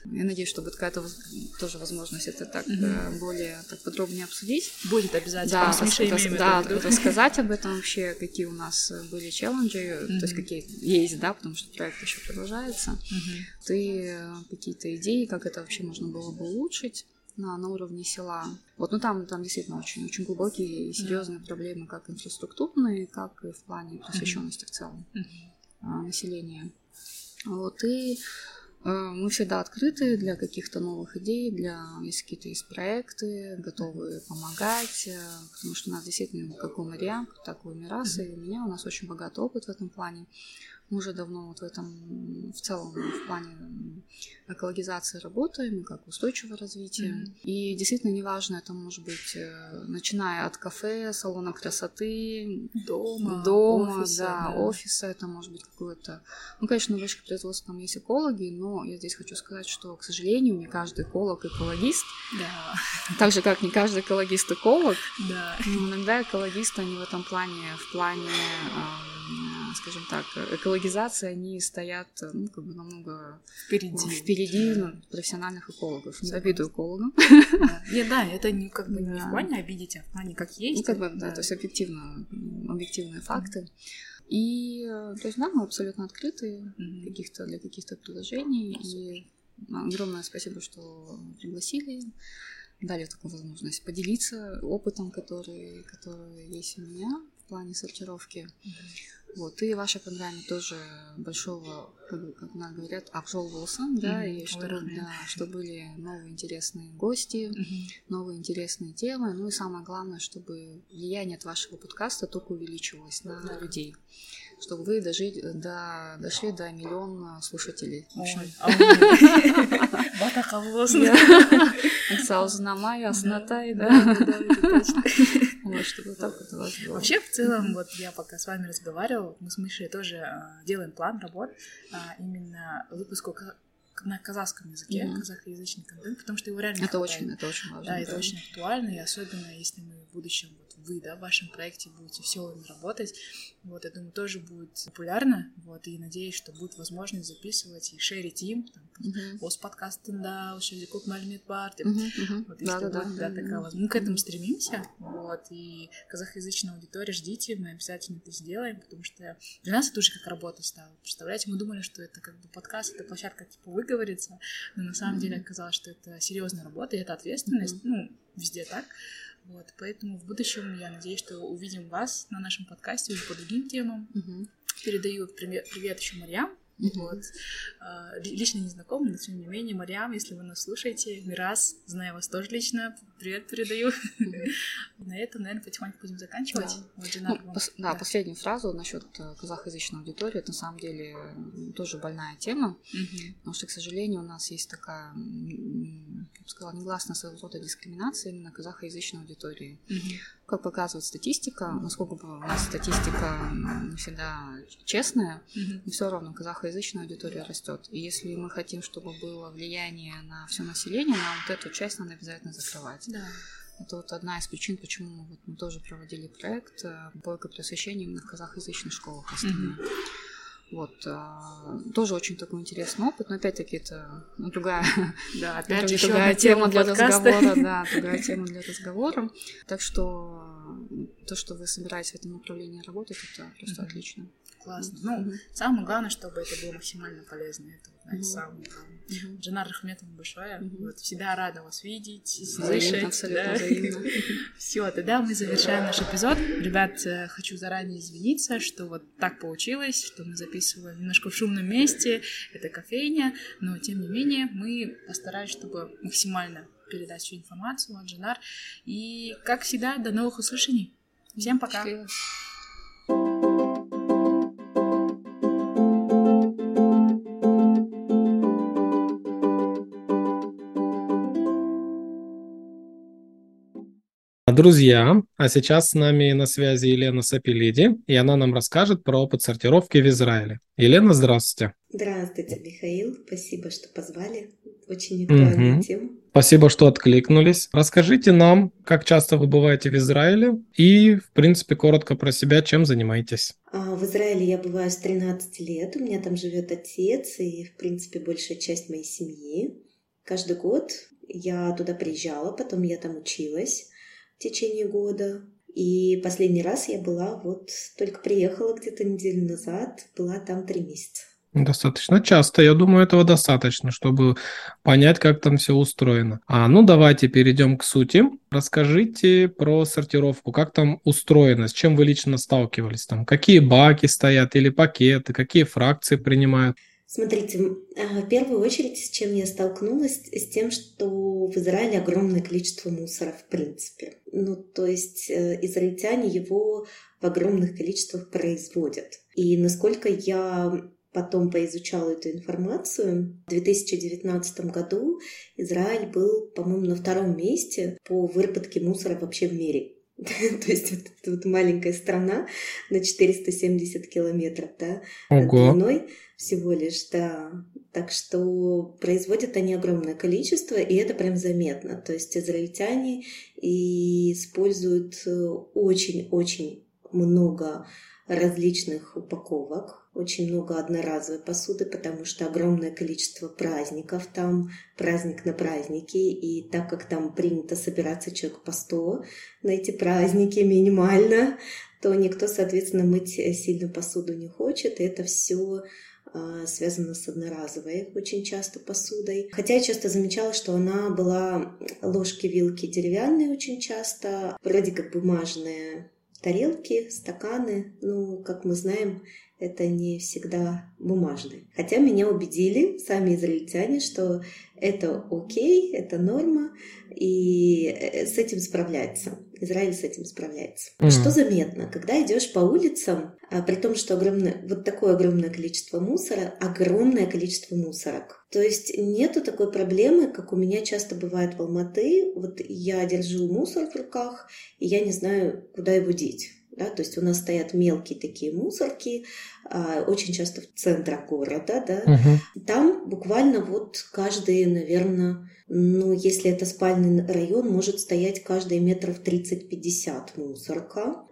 Speaker 8: я надеюсь, что будет какая-то тоже возможность это так более так подробнее обсудить.
Speaker 9: Будет обязательно.
Speaker 8: Рассказать об этом вообще, какие у нас были челленджи, то есть какие есть, да, потому что проект еще продолжается. Ты какие-то идеи, как это вообще можно было бы улучшить на уровне села. Вот, там действительно очень, очень глубокие и серьезные проблемы, как инфраструктурные, как и в плане просвещенности в целом населения. Вот, и мы всегда открыты для каких-то новых идей, если какие-то есть проекты, готовы помогать, потому что у нас действительно, как у Мариам, так и у Мираса, и у меня, у нас очень богатый опыт в этом плане. Мы уже давно вот в целом в плане экологизации работаем, как устойчивого развития. И действительно неважно, это может быть начиная от кафе, салона красоты, дома, офиса, это может быть какое-то... конечно, на высших производствах там есть экологи, но я здесь хочу сказать, что, к сожалению, не каждый эколог экологист. Да. Так же, как не каждый экологист эколог. Да. Но иногда экологисты, они в этом плане, скажем так, экологизация, они стоят намного впереди профессиональных экологов. Не обидую экологам.
Speaker 9: Да, это не в плане обидеть, а в плане как есть.
Speaker 8: То есть объективные факты. И, то есть, мы абсолютно открыты для каких-то предложений. И огромное спасибо, что пригласили, дали такую возможность поделиться опытом, который есть у меня в плане сортировки. Вот, и в вашей программе тоже большого, как нам говорят, обжаловался, да, и что были новые интересные гости, новые интересные темы, и самое главное, чтобы влияние от вашего подкаста только увеличивалось на людей, чтобы вы дошли до 1 миллиона слушателей. Чтобы так вот у вас было.
Speaker 9: Вообще, в целом, вот я пока с вами разговаривала, мы с Мишей тоже делаем план работ именно выпуску на казахском языке, казахоязычный контент, потому что его реально хватает.
Speaker 8: Это очень важно.
Speaker 9: Да, это очень актуально, и особенно если мы в будущем, вы, в вашем проекте будете в селами работать, вот, я думаю, тоже будет популярно, вот, и надеюсь, что будет возможность записывать и шерить им, подкастында, шердикут мәлімет бар, вот, если будет такая возможность. Мы к этому стремимся, вот, и казахоязычная аудитория, ждите, мы обязательно это сделаем, потому что для нас это уже как работа стала. Представляете, мы думали, что это как бы подкаст, это площадка выговориться, но на самом деле оказалось, что это серьезная работа, и это ответственность, везде так. Вот, поэтому в будущем я надеюсь, что увидим вас на нашем подкасте уже по другим темам. Передаю привет еще Мариам. Вот. Лично не знакомы, но тем не менее, Мариам, если вы нас слушаете, Мирас, знаю вас тоже лично, привет передаю. На этом, наверное, потихоньку будем заканчивать.
Speaker 8: Последнюю фразу насчет казахоязычной аудитории, это на самом деле тоже больная тема, потому что, к сожалению, у нас есть такая, я бы сказала, негласная своего рода дискриминация именно казахоязычной аудитории. Как показывает статистика, насколько бы у нас статистика не всегда честная, но все равно казахоязычная аудитория растет. И если мы хотим, чтобы было влияние на все население, нам вот эту часть надо обязательно закрывать. Да. Это вот одна из причин, почему мы тоже проводили проект по экопросвещению именно в казахоязычных школах в Астане. Вот, тоже очень такой интересный опыт, но опять-таки это другая тема для разговора, другая тема для разговора. Так что то, что вы собираетесь в этом направлении работать, это просто отлично.
Speaker 9: Классно. Самое главное, чтобы это было максимально полезно. Это самое главное. Джанар, рахмет вам большое. Вот, всегда рада вас видеть, слышать.
Speaker 8: Абсолютно взаимно.
Speaker 9: Все, тогда мы завершаем наш эпизод. Ребят, хочу заранее извиниться, что вот так получилось, что мы записываем немножко в шумном месте. Это кофейня, но тем не менее мы постарались, чтобы максимально передать всю информацию от Джанар. И, как всегда, до новых услышаний. Всем пока.
Speaker 10: Друзья, а сейчас с нами на связи Елена Сапелиди, и она нам расскажет про опыт сортировки в Израиле. Елена, здравствуйте.
Speaker 11: Здравствуйте, Михаил. Спасибо, что позвали. Очень актуальная тема.
Speaker 10: Спасибо, что откликнулись. Расскажите нам, как часто вы бываете в Израиле и, в принципе, коротко про себя, чем занимаетесь.
Speaker 11: В Израиле я бываю с 13 лет. У меня там живет отец и, в принципе, большая часть моей семьи. Каждый год я туда приезжала, потом я там училась в течение года. И последний раз я была только приехала где-то неделю назад, была там 3 месяца.
Speaker 10: Достаточно часто. Я думаю, этого достаточно, чтобы понять, как там все устроено. Давайте перейдем к сути. Расскажите про сортировку. Как там устроено? С чем вы лично сталкивались? Там, какие баки стоят или пакеты? Какие фракции принимают?
Speaker 11: Смотрите, в первую очередь, с чем я столкнулась, с тем, что в Израиле огромное количество мусора в принципе. То есть израильтяне его в огромных количествах производят. И насколько я потом поизучала эту информацию, в 2019 году Израиль был, по-моему, на 2-м месте по выработке мусора вообще в мире. То есть эта маленькая страна на 470 километров, длиной всего лишь, Так что производят они огромное количество, и это прям заметно. То есть израильтяне используют очень-очень много различных упаковок, очень много одноразовой посуды, потому что огромное количество праздников там, праздник на празднике, и так как там принято собираться человек по 100 на эти праздники минимально, то никто, соответственно, мыть сильно посуду не хочет, и это все связано с одноразовой очень часто посудой. Хотя я часто замечала, что она была ложки, вилки деревянные очень часто, вроде как бумажные тарелки, стаканы, как мы знаем, это не всегда бумажные. Хотя меня убедили сами израильтяне, что это окей, это норма, и с этим справляется. Израиль с этим справляется. Что заметно, когда идешь по улицам, при том, что такое огромное количество мусора, огромное количество мусорок. То есть нету такой проблемы, как у меня часто бывает в Алматы. Я держу мусор в руках, и я не знаю, куда его деть. То есть у нас стоят мелкие такие мусорки, очень часто в центрах города, Там буквально каждые, наверное, если это спальный район, может стоять каждые метров 30-50 мусорка,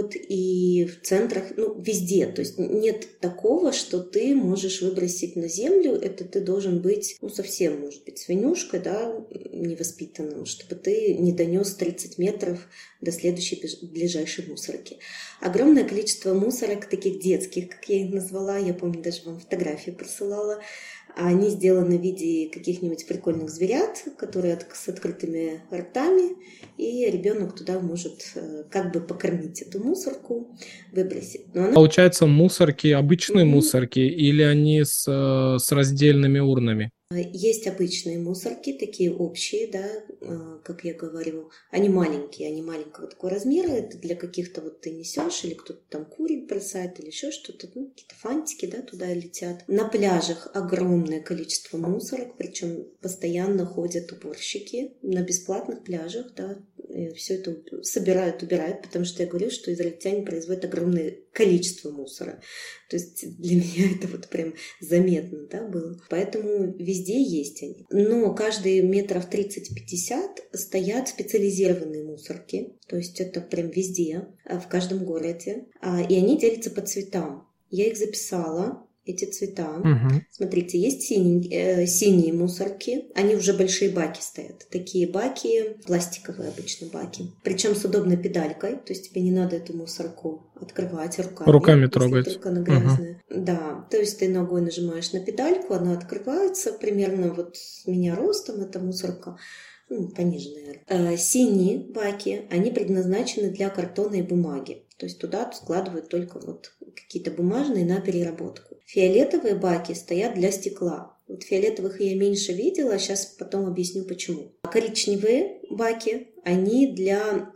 Speaker 11: и в центрах, везде, то есть нет такого, что ты можешь выбросить на землю, это ты должен быть, совсем, может быть, свинюшкой, невоспитанным, чтобы ты не донес 30 метров до следующей ближайшей мусорки. Огромное количество мусорок, таких детских, как я их назвала, я помню, даже вам фотографии присылала. Они сделаны в виде каких-нибудь прикольных зверят, которые с открытыми ртами, и ребенок туда может покормить эту мусорку, выбросить.
Speaker 10: Получается, мусорки, обычные мусорки, или они с раздельными урнами?
Speaker 11: Есть обычные мусорки, такие общие, как я говорю, они маленького такого размера, это для каких-то ты несешь, или кто-то там курит, бросает, или еще что-то, какие-то фантики, туда летят. На пляжах огромное количество мусорок, причем постоянно ходят уборщики на бесплатных пляжах, все это собирают, убирают, потому что я говорю, что израильтяне производят огромное количество мусора. То есть для меня это прям заметно, было. Поэтому везде есть они. Но каждые метров 30-50 стоят специализированные мусорки. То есть это прям везде, в каждом городе. И они делятся по цветам. Я их записала, эти цвета. Смотрите, есть синие мусорки. Они уже большие баки стоят. Такие баки, пластиковые обычно баки. Причем с удобной педалькой. То есть тебе не надо эту мусорку открывать руками
Speaker 10: трогать.
Speaker 11: Только она грязная. Да, то есть ты ногой нажимаешь на педальку, она открывается. Примерно с меня ростом эта мусорка. Пониже, наверное. Синие баки, они предназначены для картона и бумаги. То есть туда складывают только какие-то бумажные на переработку. Фиолетовые баки стоят для стекла. Фиолетовых я меньше видела, сейчас потом объясню почему. Коричневые баки, они для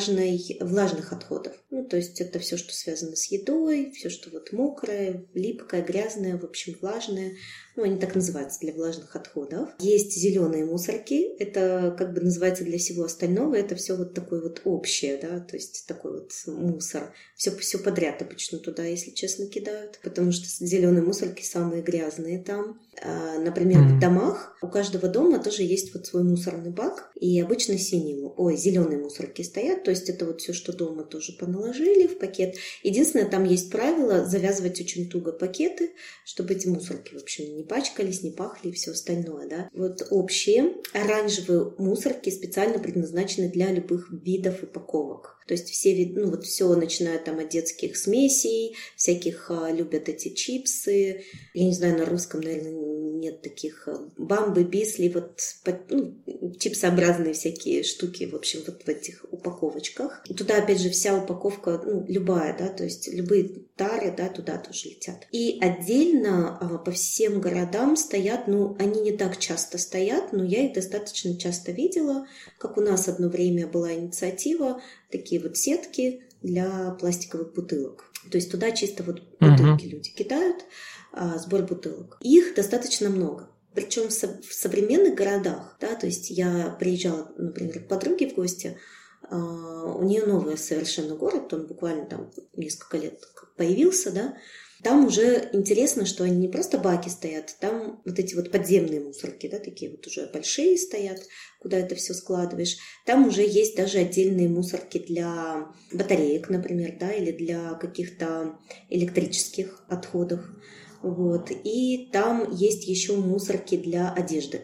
Speaker 11: влажных отходов. То есть это все, что связано с едой, все, что мокрое, липкое, грязное, в общем, влажное. Они так называются, для влажных отходов. Есть зеленые мусорки, это называется для всего остального, это все такое общее, то есть такой мусор. Все подряд обычно туда, если честно, кидают, потому что зеленые мусорки самые грязные там. Например, в домах, у каждого дома тоже есть свой мусорный бак, и обычно синий зеленые мусорки стоят, то есть это вот все, что дома тоже поналожили в пакет. Единственное, там есть правило завязывать очень туго пакеты, чтобы эти мусорки, в общем, не пачкались, не пахли и все остальное, да. Вот общие оранжевые мусорки специально предназначены для любых видов упаковок. То есть все все начиная там от детских смесей, всяких любят эти чипсы, я не знаю, на русском, наверное, нет таких, бамбы, бисли, чипсообразные всякие штуки, в общем, вот в этих упаковочках. Туда, опять же, вся упаковка, любая, да, то есть любые тары, да, туда тоже летят. И отдельно по всем городам стоят, они не так часто стоят, но я их достаточно часто видела, как у нас одно время была инициатива, такие вот сетки для пластиковых бутылок. То есть туда чисто вот бутылки люди кидают, сбор бутылок. Их достаточно много. Причем в современных городах, да, то есть я приезжала, например, к подруге в гости, у нее новый совершенно город, он буквально там несколько лет как появился, да, там уже интересно, что они не просто баки стоят, там вот эти вот подземные мусорки, да, такие вот уже большие стоят, куда это все складываешь. Там уже есть даже отдельные мусорки для батареек, например, да, или для каких-то электрических отходов. Вот. И там есть еще мусорки для одежды.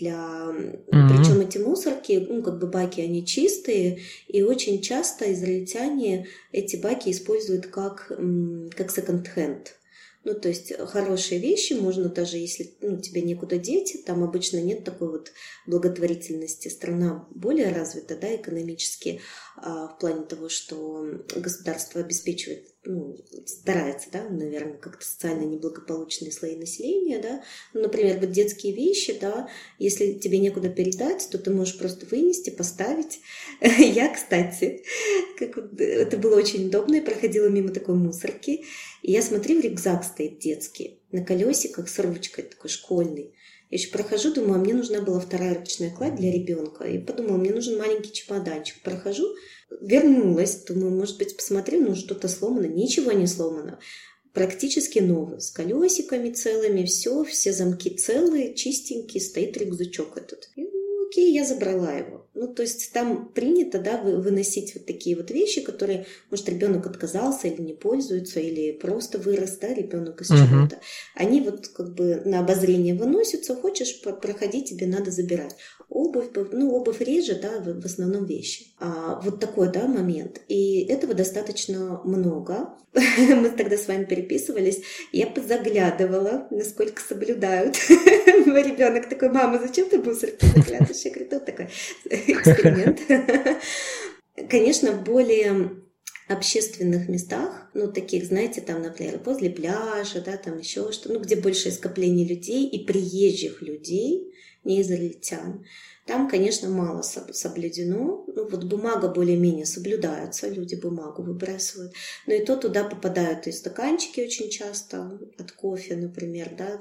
Speaker 11: Причем эти мусорки, баки, они чистые, и очень часто израильтяне эти баки используют как секонд-хенд. То есть хорошие вещи можно даже, если тебе некуда деть, там обычно нет такой вот благотворительности. Страна более развита, да, экономически, в плане того, что государство обеспечивает, старается, да, наверное, как-то социально неблагополучные слои населения, да. Например, вот детские вещи, да, если тебе некуда передать, то ты можешь просто вынести, поставить. Я, кстати, это было очень удобно, я проходила мимо такой мусорки, и я смотрю, рюкзак стоит детский, на колесиках с ручкой такой школьный. Я еще прохожу, думаю, мне нужна была вторая ручная кладь для ребенка. И подумала, мне нужен маленький чемоданчик. Прохожу, вернулась, думаю, может быть, посмотрю, что-то сломано. Ничего не сломано. Практически новый, с колесиками целыми, все замки целые, чистенькие, стоит рюкзачок этот. И, окей, я забрала его. То есть там принято, да, выносить вот такие вот вещи, которые, может, ребенок отказался или не пользуется, или просто вырос, да, ребенок из чего-то. Они вот на обозрение выносятся, хочешь проходить, тебе надо забирать. Обувь реже, да, в основном вещи. Вот такой, да, момент. И этого достаточно много. Мы тогда с вами переписывались, я позаглядывала, насколько соблюдают. Мой ребенок такой: мама, зачем ты мусорки заглядываешь? Я говорю, тут такой эксперимент. Конечно, в более общественных местах, таких, знаете, там, например, возле пляжа, да, там еще что, где больше скоплений людей и приезжих людей, не израильтян, там, конечно, мало соблюдено. Бумага более-менее соблюдается, люди бумагу выбрасывают. Но и то туда попадают и стаканчики очень часто от кофе, например, да,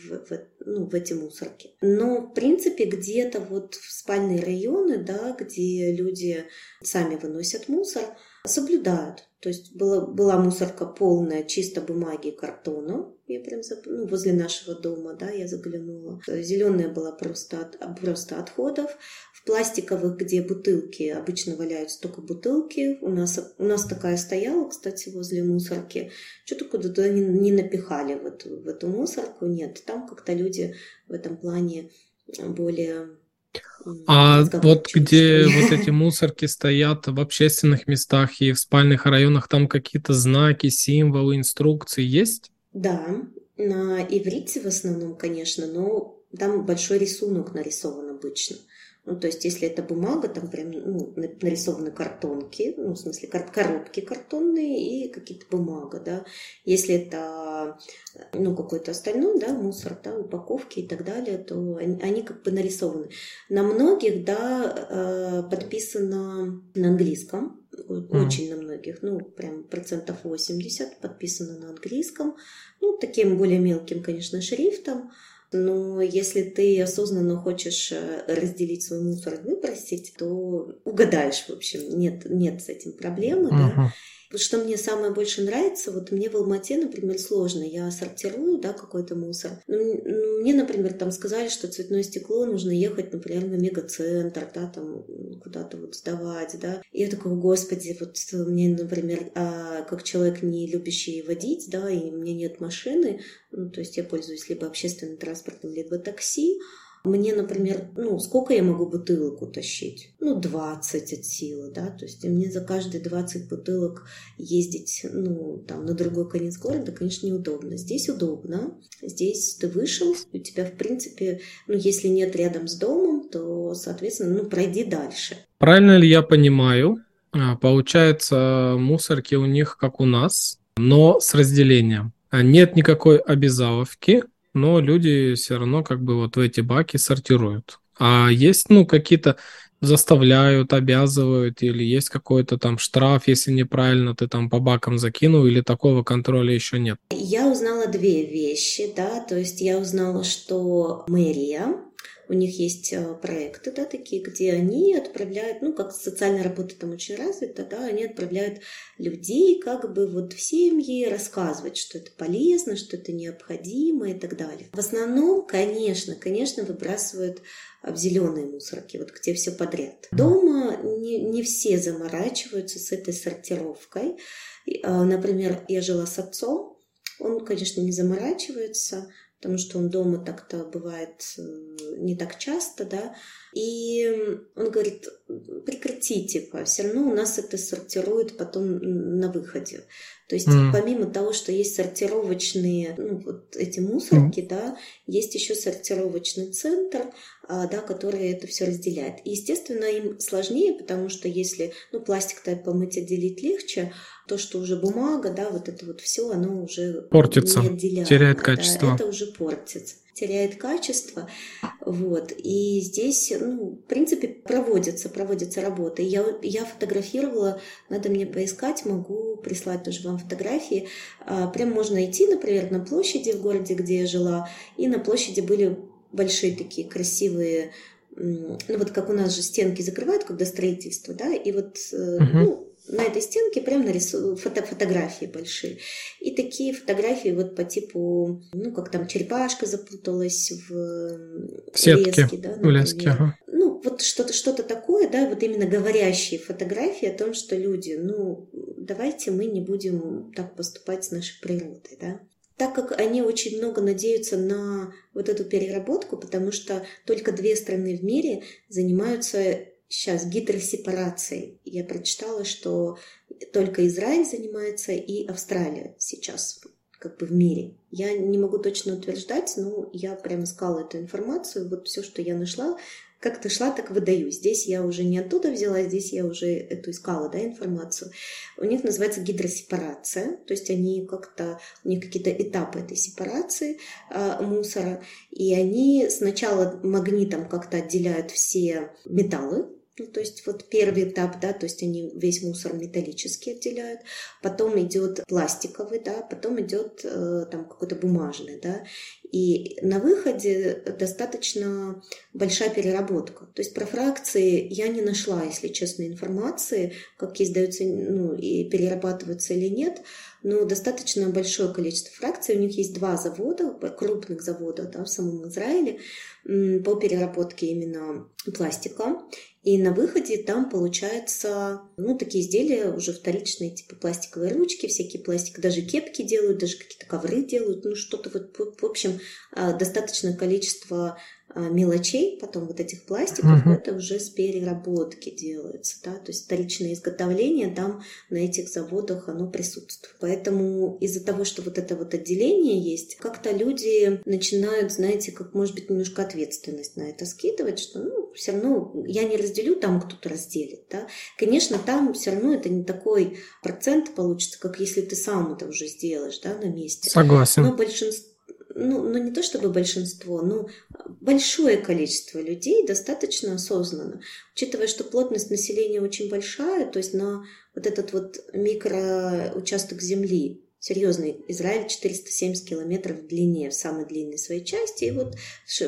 Speaker 11: в эти мусорки. Но, в принципе, где-то вот в спальные районы, да, где люди сами выносят мусор, соблюдают. То есть была мусорка полная чисто бумаги и картона. Я прям возле нашего дома, да, я заглянула. Зеленая была просто отходов. В пластиковых, где бутылки, обычно валяются только бутылки. У нас такая стояла, кстати, возле мусорки. Что-то куда-то не напихали в эту мусорку. Нет, там как-то люди в этом плане более...
Speaker 10: А вот где вот эти мусорки стоят в общественных местах и в спальных районах, там какие-то знаки, символы, инструкции есть?
Speaker 11: Да, на иврите в основном, конечно, но там большой рисунок нарисован обычно. То есть, если это бумага, там прям нарисованы картонки, в смысле коробки картонные и какие-то бумага, да. Если это какой-то остальной, да, мусор, да, упаковки и так далее, то они как бы нарисованы. На многих, да, подписано на английском, очень на многих, прям 80% подписано на английском, таким более мелким, конечно, шрифтом. Но если ты осознанно хочешь разделить свой мусор и выбросить, то угадаешь, в общем, нет с этим проблемы, да. Вот что мне самое больше нравится, вот мне в Алмате, например, сложно, я сортирую, да, какой-то мусор. Мне, например, там сказали, что цветное стекло нужно ехать, например, на мегацентр, да, там куда-то вот сдавать, да. И я такая, господи, вот мне, например, как человек, не любящий водить, да, и у меня нет машины, ну, то есть я пользуюсь либо общественным транспортом, либо такси. Мне, например, сколько я могу бутылок утащить? 20 от силы, да, то есть мне за каждые 20 бутылок ездить, там, на другой конец города, конечно, неудобно. Здесь удобно, здесь ты вышел, у тебя, в принципе, если нет рядом с домом, то, соответственно, пройди дальше.
Speaker 10: Правильно ли я понимаю, получается, мусорки у них как у нас, но с разделением. Нет никакой обязаловки, но люди все равно как бы вот в эти баки сортируют. А есть, какие-то заставляют, обязывают, или есть какой-то там штраф, если неправильно ты там по бакам закинул, или такого контроля еще нет?
Speaker 11: Я узнала две вещи, да, то есть я узнала, что мэрия, у них есть проекты, да, такие, где они отправляют, как социальная работа там очень развита, да, они отправляют людей как бы вот в семьи рассказывать, что это полезно, что это необходимо и так далее. В основном, конечно, выбрасывают в зеленые мусорки, вот где все подряд. Дома не все заморачиваются с этой сортировкой. Например, я жила с отцом, он, конечно, не заморачивается, потому что он дома так-то бывает не так часто, да, и он говорит, прекратите, все равно у нас это сортируют потом на выходе. То есть помимо того, что есть сортировочные, вот эти мусорки, да, есть еще сортировочный центр, да, который это все разделяет. И, естественно, им сложнее, потому что если, пластик-то помыть, отделить легче, то, что уже бумага, да, вот это вот все, оно уже
Speaker 10: портится,
Speaker 11: не отделяемо,
Speaker 10: теряет качество.
Speaker 11: Да, это уже портится, теряет качество. Вот. И здесь, в принципе, проводится работа. Я фотографировала, надо мне поискать, могу прислать тоже вам фотографии. Прям можно идти, например, на площади в городе, где я жила, и на площади были большие такие красивые, вот как у нас же стенки закрывают, когда строительство, да, и вот, на этой стенке прям нарисованы фотографии большие. И такие фотографии вот по типу, как там черепашка запуталась в
Speaker 10: сетке,
Speaker 11: леске, да,
Speaker 10: в леске, ага.
Speaker 11: Вот что-то такое, да, вот именно говорящие фотографии о том, что люди, давайте мы не будем так поступать с нашей природой, да. Так как они очень много надеются на вот эту переработку, потому что только 2 страны в мире занимаются сейчас гидросепарацией. Я прочитала, что только Израиль занимается и Австралия сейчас как бы в мире. Я не могу точно утверждать, но я прям искала эту информацию. Вот все, что я нашла, как-то шла, так выдаю. Здесь я уже не оттуда взяла, здесь я уже эту искала, да, информацию. У них называется гидросепарация, то есть они у них какие-то этапы этой сепарации мусора, и они сначала магнитом как-то отделяют все металлы. То есть вот первый этап, да, то есть они весь мусор металлический отделяют, потом идет пластиковый, да, потом идет там какой-то бумажный, да, и на выходе достаточно большая переработка. То есть про фракции я не нашла, если честно, информации, какие сдаются, и перерабатываются или нет, но достаточно большое количество фракций. У них есть 2 завода, крупных завода, да, в самом Израиле по переработке именно пластика. И на выходе там получается, такие изделия уже вторичные, типа пластиковые ручки, всякие пластик, даже кепки делают, даже какие-то ковры делают, что-то вот, в общем, достаточное количество мелочей, потом вот этих пластиков, это уже с переработки делается, да, то есть вторичное изготовление там на этих заводах оно присутствует. Поэтому из-за того, что вот это вот отделение есть, как-то люди начинают, знаете, как может быть немножко ответственность на это скидывать, что, все равно я не разделю, там кто-то разделит, да. Конечно, там все равно это не такой процент получится, как если ты сам это уже сделаешь, да, на месте.
Speaker 10: Согласен.
Speaker 11: Но большинство, не то чтобы большинство, но большое количество людей достаточно осознанно. Учитывая, что плотность населения очень большая, то есть на вот этот вот микроучасток земли, серьезный, Израиль 470 километров в длине, в самой длинной своей части, и вот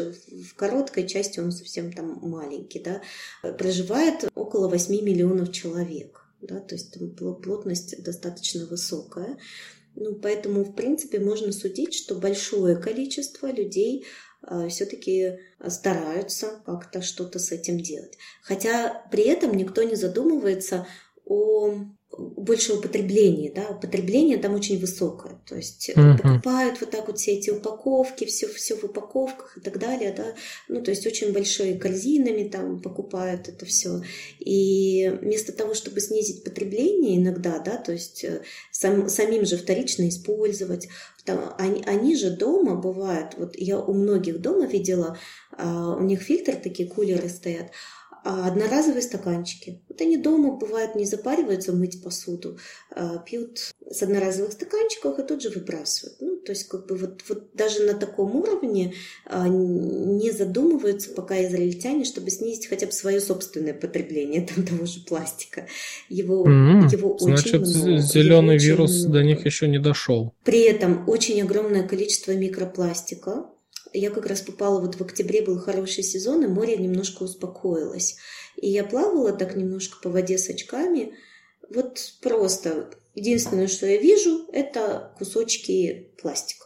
Speaker 11: в короткой части он совсем там маленький, да, проживает около 8 миллионов человек, да, то есть там плотность достаточно высокая. Поэтому, в принципе, можно судить, что большое количество людей все-таки стараются как-то что-то с этим делать. Хотя при этом никто не задумывается о большего потребления, да, потребление там очень высокое, то есть покупают вот так вот все эти упаковки, все в упаковках и так далее, да, ну, то есть очень большие корзинами там покупают это все, и вместо того, чтобы снизить потребление иногда, да, то есть самим же вторично использовать, они же дома бывают, вот я у многих дома видела, у них фильтры такие, кулеры стоят, одноразовые стаканчики. Вот они дома, бывает, не запариваются мыть посуду, пьют с одноразовых стаканчиков и тут же выбрасывают. Ну, то есть как бы вот даже на таком уровне не задумываются пока израильтяне, чтобы снизить хотя бы свое собственное потребление там, того же пластика. Его
Speaker 10: Значит,
Speaker 11: очень много.
Speaker 10: Зеленый вирус до них еще не дошел.
Speaker 11: При этом очень огромное количество микропластика. Я как раз попала, вот в октябре был хороший сезон, и море немножко успокоилось. И я плавала так немножко по воде с очками. Вот просто единственное, что я вижу, это кусочки пластика.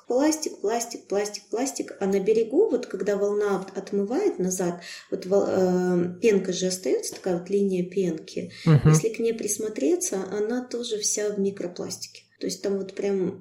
Speaker 11: Пластик. А на берегу, вот когда волна отмывает назад, вот пенка же остается, такая вот линия пенки. Если к ней присмотреться, она тоже вся в микропластике. То есть там вот прям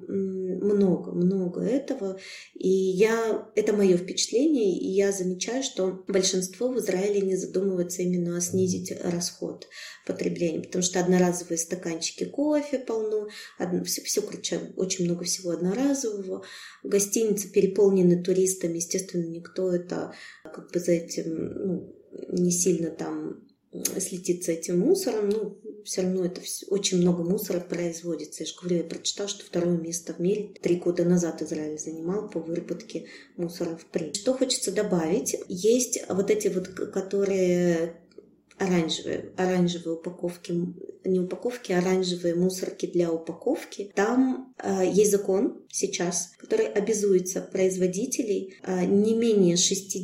Speaker 11: много этого. И это мое впечатление, и я замечаю, что большинство в Израиле не задумывается именно снизить расход потребления, потому что одноразовые стаканчики кофе полно, все, короче, очень много всего одноразового. Гостиницы переполнены туристами, естественно, никто это как бы за этим не сильно там следит за этим мусором, все равно это очень много мусора производится. Я же говорю, я прочитала, что 2-е место в мире 3 года назад Израиль занимал по выработке мусора в принципе. Что хочется добавить, есть вот эти вот, которые оранжевые упаковки, не упаковки, а оранжевые мусорки для упаковки. Там есть закон сейчас, который обязуется производителей не менее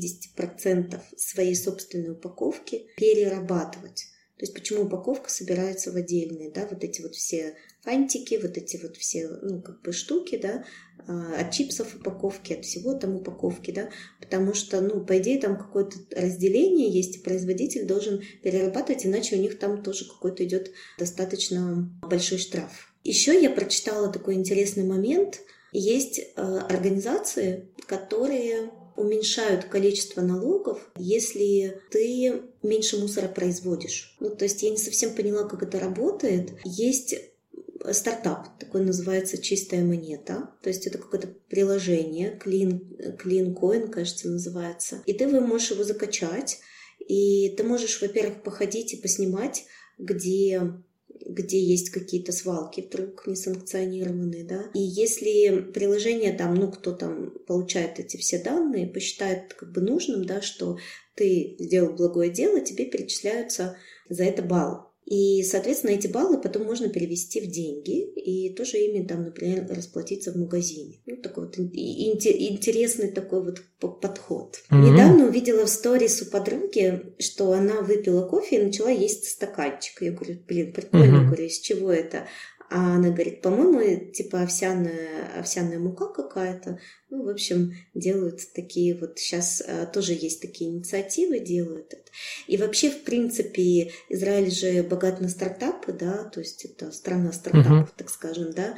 Speaker 11: 60% своей собственной упаковки перерабатывать. То есть почему упаковка собирается в отдельные, да, вот эти вот все фантики, вот эти вот все, как бы штуки, да, от чипсов упаковки, от всего там упаковки, да, потому что, по идее, там какое-то разделение есть, и производитель должен перерабатывать, иначе у них там тоже какой-то идет достаточно большой штраф. Еще я прочитала такой интересный момент. Есть организации, которые уменьшают количество налогов, если ты меньше мусора производишь. То есть я не совсем поняла, как это работает. Есть стартап, такой называется «Чистая монета». То есть это какое-то приложение, Clean Coin, кажется, называется. И ты можешь его закачать, и ты можешь, во-первых, походить и поснимать, где есть какие-то свалки вдруг несанкционированные, да. И если приложение там, кто там получает эти все данные, посчитает как бы нужным, да, что ты сделал благое дело, тебе перечисляются за это баллы. И, соответственно, эти баллы потом можно перевести в деньги и тоже ими, там, например, расплатиться в магазине. Такой вот интересный такой вот подход. Недавно увидела в сторис у подруги, что она выпила кофе и начала есть стаканчик. Я говорю, прикольно, говорю, из чего это? А она говорит, по-моему, типа овсяная мука какая-то. В общем, делают такие вот, сейчас тоже есть такие инициативы, делают это. И вообще, в принципе, Израиль же богат на стартапы, да, то есть это страна стартапов, так скажем, да.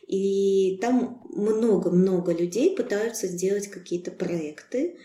Speaker 11: И там много людей пытаются сделать какие-то проекты,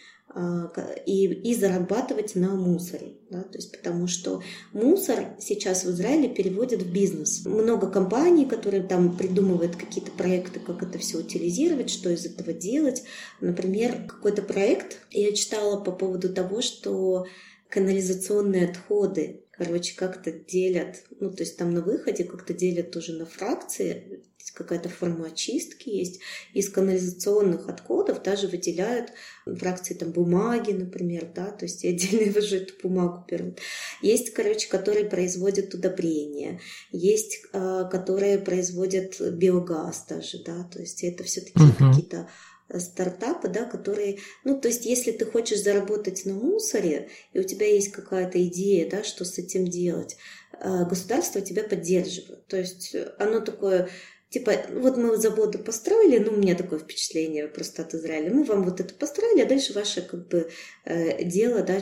Speaker 11: и зарабатывать на мусоре, да, то есть потому что мусор сейчас в Израиле переводят в бизнес. Много компаний, которые там придумывают какие-то проекты, как это все утилизировать, что из этого делать. Например, какой-то проект я читала по поводу того, что канализационные отходы, как-то делят, то есть там на выходе как-то делят тоже на фракции, какая-то форма очистки есть. Из канализационных отходов даже выделяют фракции там бумаги, например, да, то есть отдельно уже эту бумагу берут. Есть, которые производят удобрения, есть, которые производят биогаз даже, да, то есть это все-таки какие-то стартапы, да, которые, то есть если ты хочешь заработать на мусоре, и у тебя есть какая-то идея, да, что с этим делать, государство тебя поддерживает. То есть оно такое Типа, вот мы заводы построили, у меня такое впечатление просто от Израиля, мы вам вот это построили, а дальше ваше дело, да,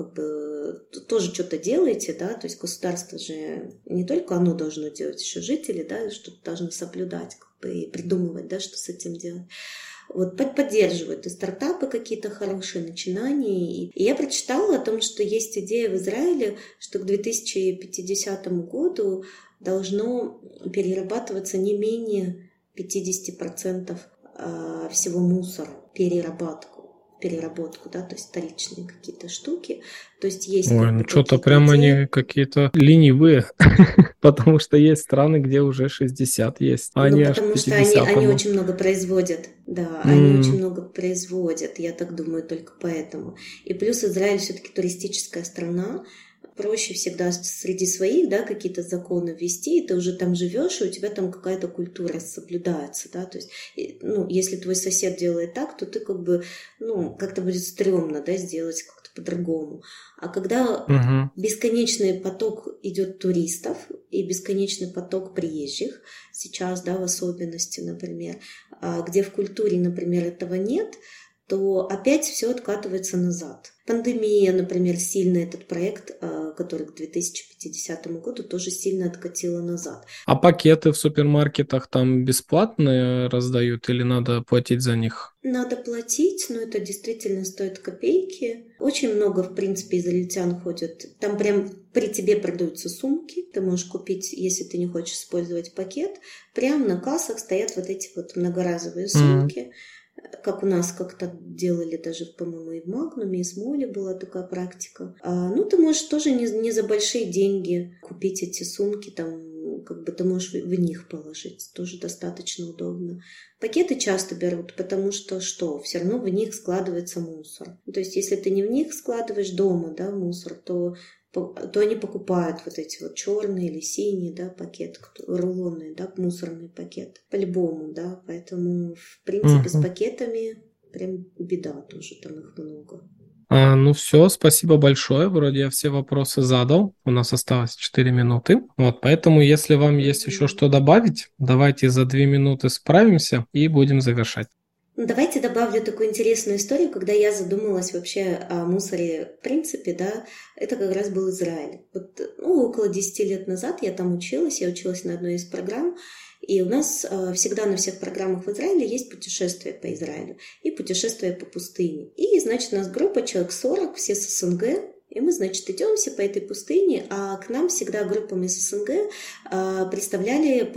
Speaker 11: тоже что-то делаете, да, то есть государство же не только оно должно делать, еще жители, да, что-то должны соблюдать, и придумывать, да, что с этим делать. Вот поддерживают и стартапы какие-то хорошие, начинания. И я прочитала о том, что есть идея в Израиле, что к 2050 году должно перерабатываться не менее 50% всего мусора, переработку, да, то есть вторичные какие-то штуки. То есть есть...
Speaker 10: Ой, что-то прямо они какие-то ленивые, потому что есть страны, где уже 60 есть, а они аж 50.
Speaker 11: Потому что они очень много производят. Да, они очень много производят, я так думаю, только поэтому. И плюс Израиль все-таки туристическая страна, проще всегда среди своих, да, какие-то законы ввести, и ты уже там живешь, и у тебя там какая-то культура соблюдается, да, то есть, если твой сосед делает так, то ты как-то будет стрёмно, да, сделать как-то по-другому. А когда бесконечный поток идет туристов и бесконечный поток приезжих, сейчас, да, в особенности, например, где в культуре, например, этого нет, то опять все откатывается назад. Пандемия, например, сильно этот проект, который к 2050 году тоже сильно откатила назад.
Speaker 10: А пакеты в супермаркетах там бесплатные раздают или надо платить за них?
Speaker 11: Надо платить, но это действительно стоит копейки. Очень много, в принципе, израильтян ходят. Там прям при тебе продаются сумки. Ты можешь купить, если ты не хочешь использовать пакет. Прямо на кассах стоят вот эти вот многоразовые сумки. Как у нас как-то делали даже, по-моему, и в Магнуме, и в Смоле была такая практика. Ты можешь тоже не за большие деньги купить эти сумки, там, ты можешь в них положить, тоже достаточно удобно. Пакеты часто берут, потому что все равно в них складывается мусор. То есть, если ты не в них складываешь дома, да, мусор, то они покупают вот эти вот черные или синие, да, пакеты, рулонные, да, мусорные пакеты. По-любому, да, поэтому, в принципе, с пакетами прям беда тоже, там их много.
Speaker 10: Все, спасибо большое. Вроде я все вопросы задал. У нас осталось 4 минуты. Вот, поэтому, если вам есть еще что добавить, давайте за 2 минуты справимся и будем завершать.
Speaker 11: Давайте добавлю такую интересную историю, когда я задумалась вообще о мусоре в принципе, да, это как раз был Израиль. Около 10 лет назад я там училась, на одной из программ, и у нас всегда на всех программах в Израиле есть путешествия по Израилю и путешествия по пустыне. И, значит, у нас группа, человек 40, все с СНГ, и мы, значит, идем все по этой пустыне, а к нам всегда группами с СНГ представляли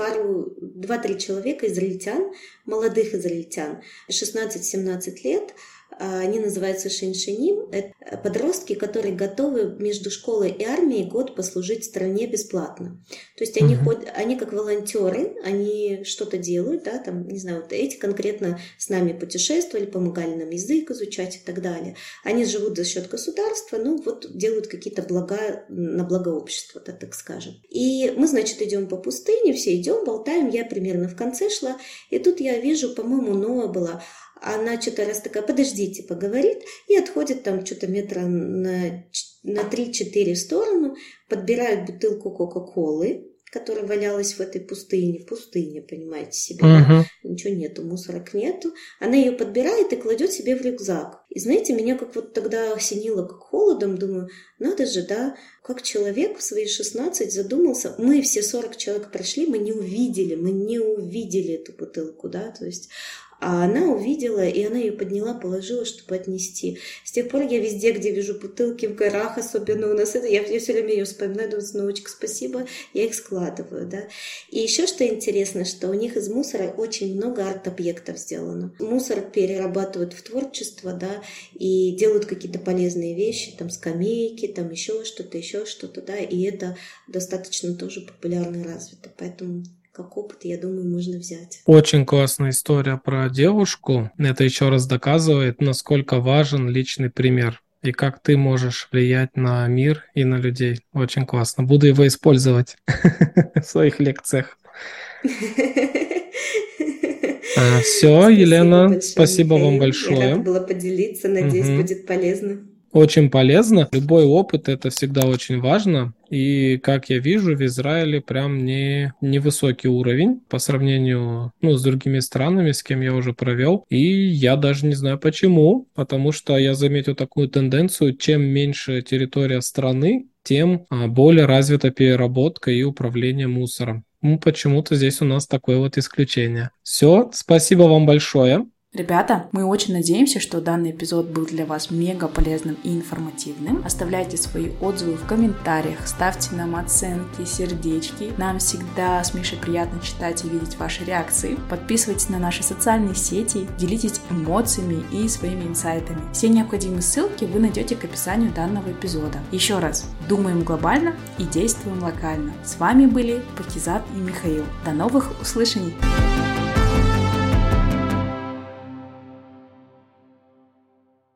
Speaker 11: 2-3 человека израильтян, молодых израильтян, 16-17 лет. Они называются шиншиним. Это подростки, которые готовы между школой и армией год послужить стране бесплатно. То есть они как волонтеры, они что-то делают, да, там, не знаю, вот эти конкретно с нами путешествовали, помогали нам язык изучать и так далее. Они живут за счет государства, делают какие-то блага на благо общества, да, так скажем. И мы, значит, идем по пустыне, все идем, болтаем, я примерно в конце шла, и тут я вижу, по-моему, Ноа была. Она что-то раз такая, подождите, поговорит, и отходит там что-то метра на 3-4 в сторону, подбирает бутылку Кока-Колы, которая валялась в этой пустыне. Пустыня, понимаете себе, да? Ничего нету, мусорок нету. Она ее подбирает и кладет себе в рюкзак. И знаете, меня как вот тогда осенило как холодом, думаю, надо же, да, как человек в свои 16 задумался. Мы все 40 человек прошли, мы не увидели эту бутылку, да, то есть... А она увидела, и она ее подняла, положила, чтобы отнести. С тех пор я везде, где вижу бутылки в горах, особенно у нас это, я все время ее вспоминаю, думаю, сыночек, спасибо, я их складываю, да. И еще что интересно, что у них из мусора очень много арт-объектов сделано. Мусор перерабатывают в творчество, да, и делают какие-то полезные вещи, там скамейки, там еще что-то, да, и это достаточно тоже популярно и развито, поэтому... Как опыт, я думаю, можно взять.
Speaker 10: Очень классная история про девушку. Это еще раз доказывает, насколько важен личный пример и как ты можешь влиять на мир и на людей. Очень классно. Буду его использовать в своих лекциях. Все, Елена, спасибо вам большое.
Speaker 11: Я рада была поделиться, надеюсь, будет полезно.
Speaker 10: Очень полезно. Любой опыт – это всегда очень важно. И, как я вижу, в Израиле прям невысокий уровень по сравнению с другими странами, с кем я уже провел. И я даже не знаю почему, потому что я заметил такую тенденцию, чем меньше территория страны, тем более развита переработка и управление мусором. Почему-то здесь у нас такое вот исключение. Все, спасибо вам большое.
Speaker 7: Ребята, мы очень надеемся, что данный эпизод был для вас мега полезным и информативным. Оставляйте свои отзывы в комментариях, ставьте нам оценки, сердечки. Нам всегда с Мишей приятно читать и видеть ваши реакции. Подписывайтесь на наши социальные сети, делитесь эмоциями и своими инсайтами. Все необходимые ссылки вы найдете к описанию данного эпизода. Еще раз, думаем глобально и действуем локально. С вами были Пакизат и Михаил. До новых услышаний!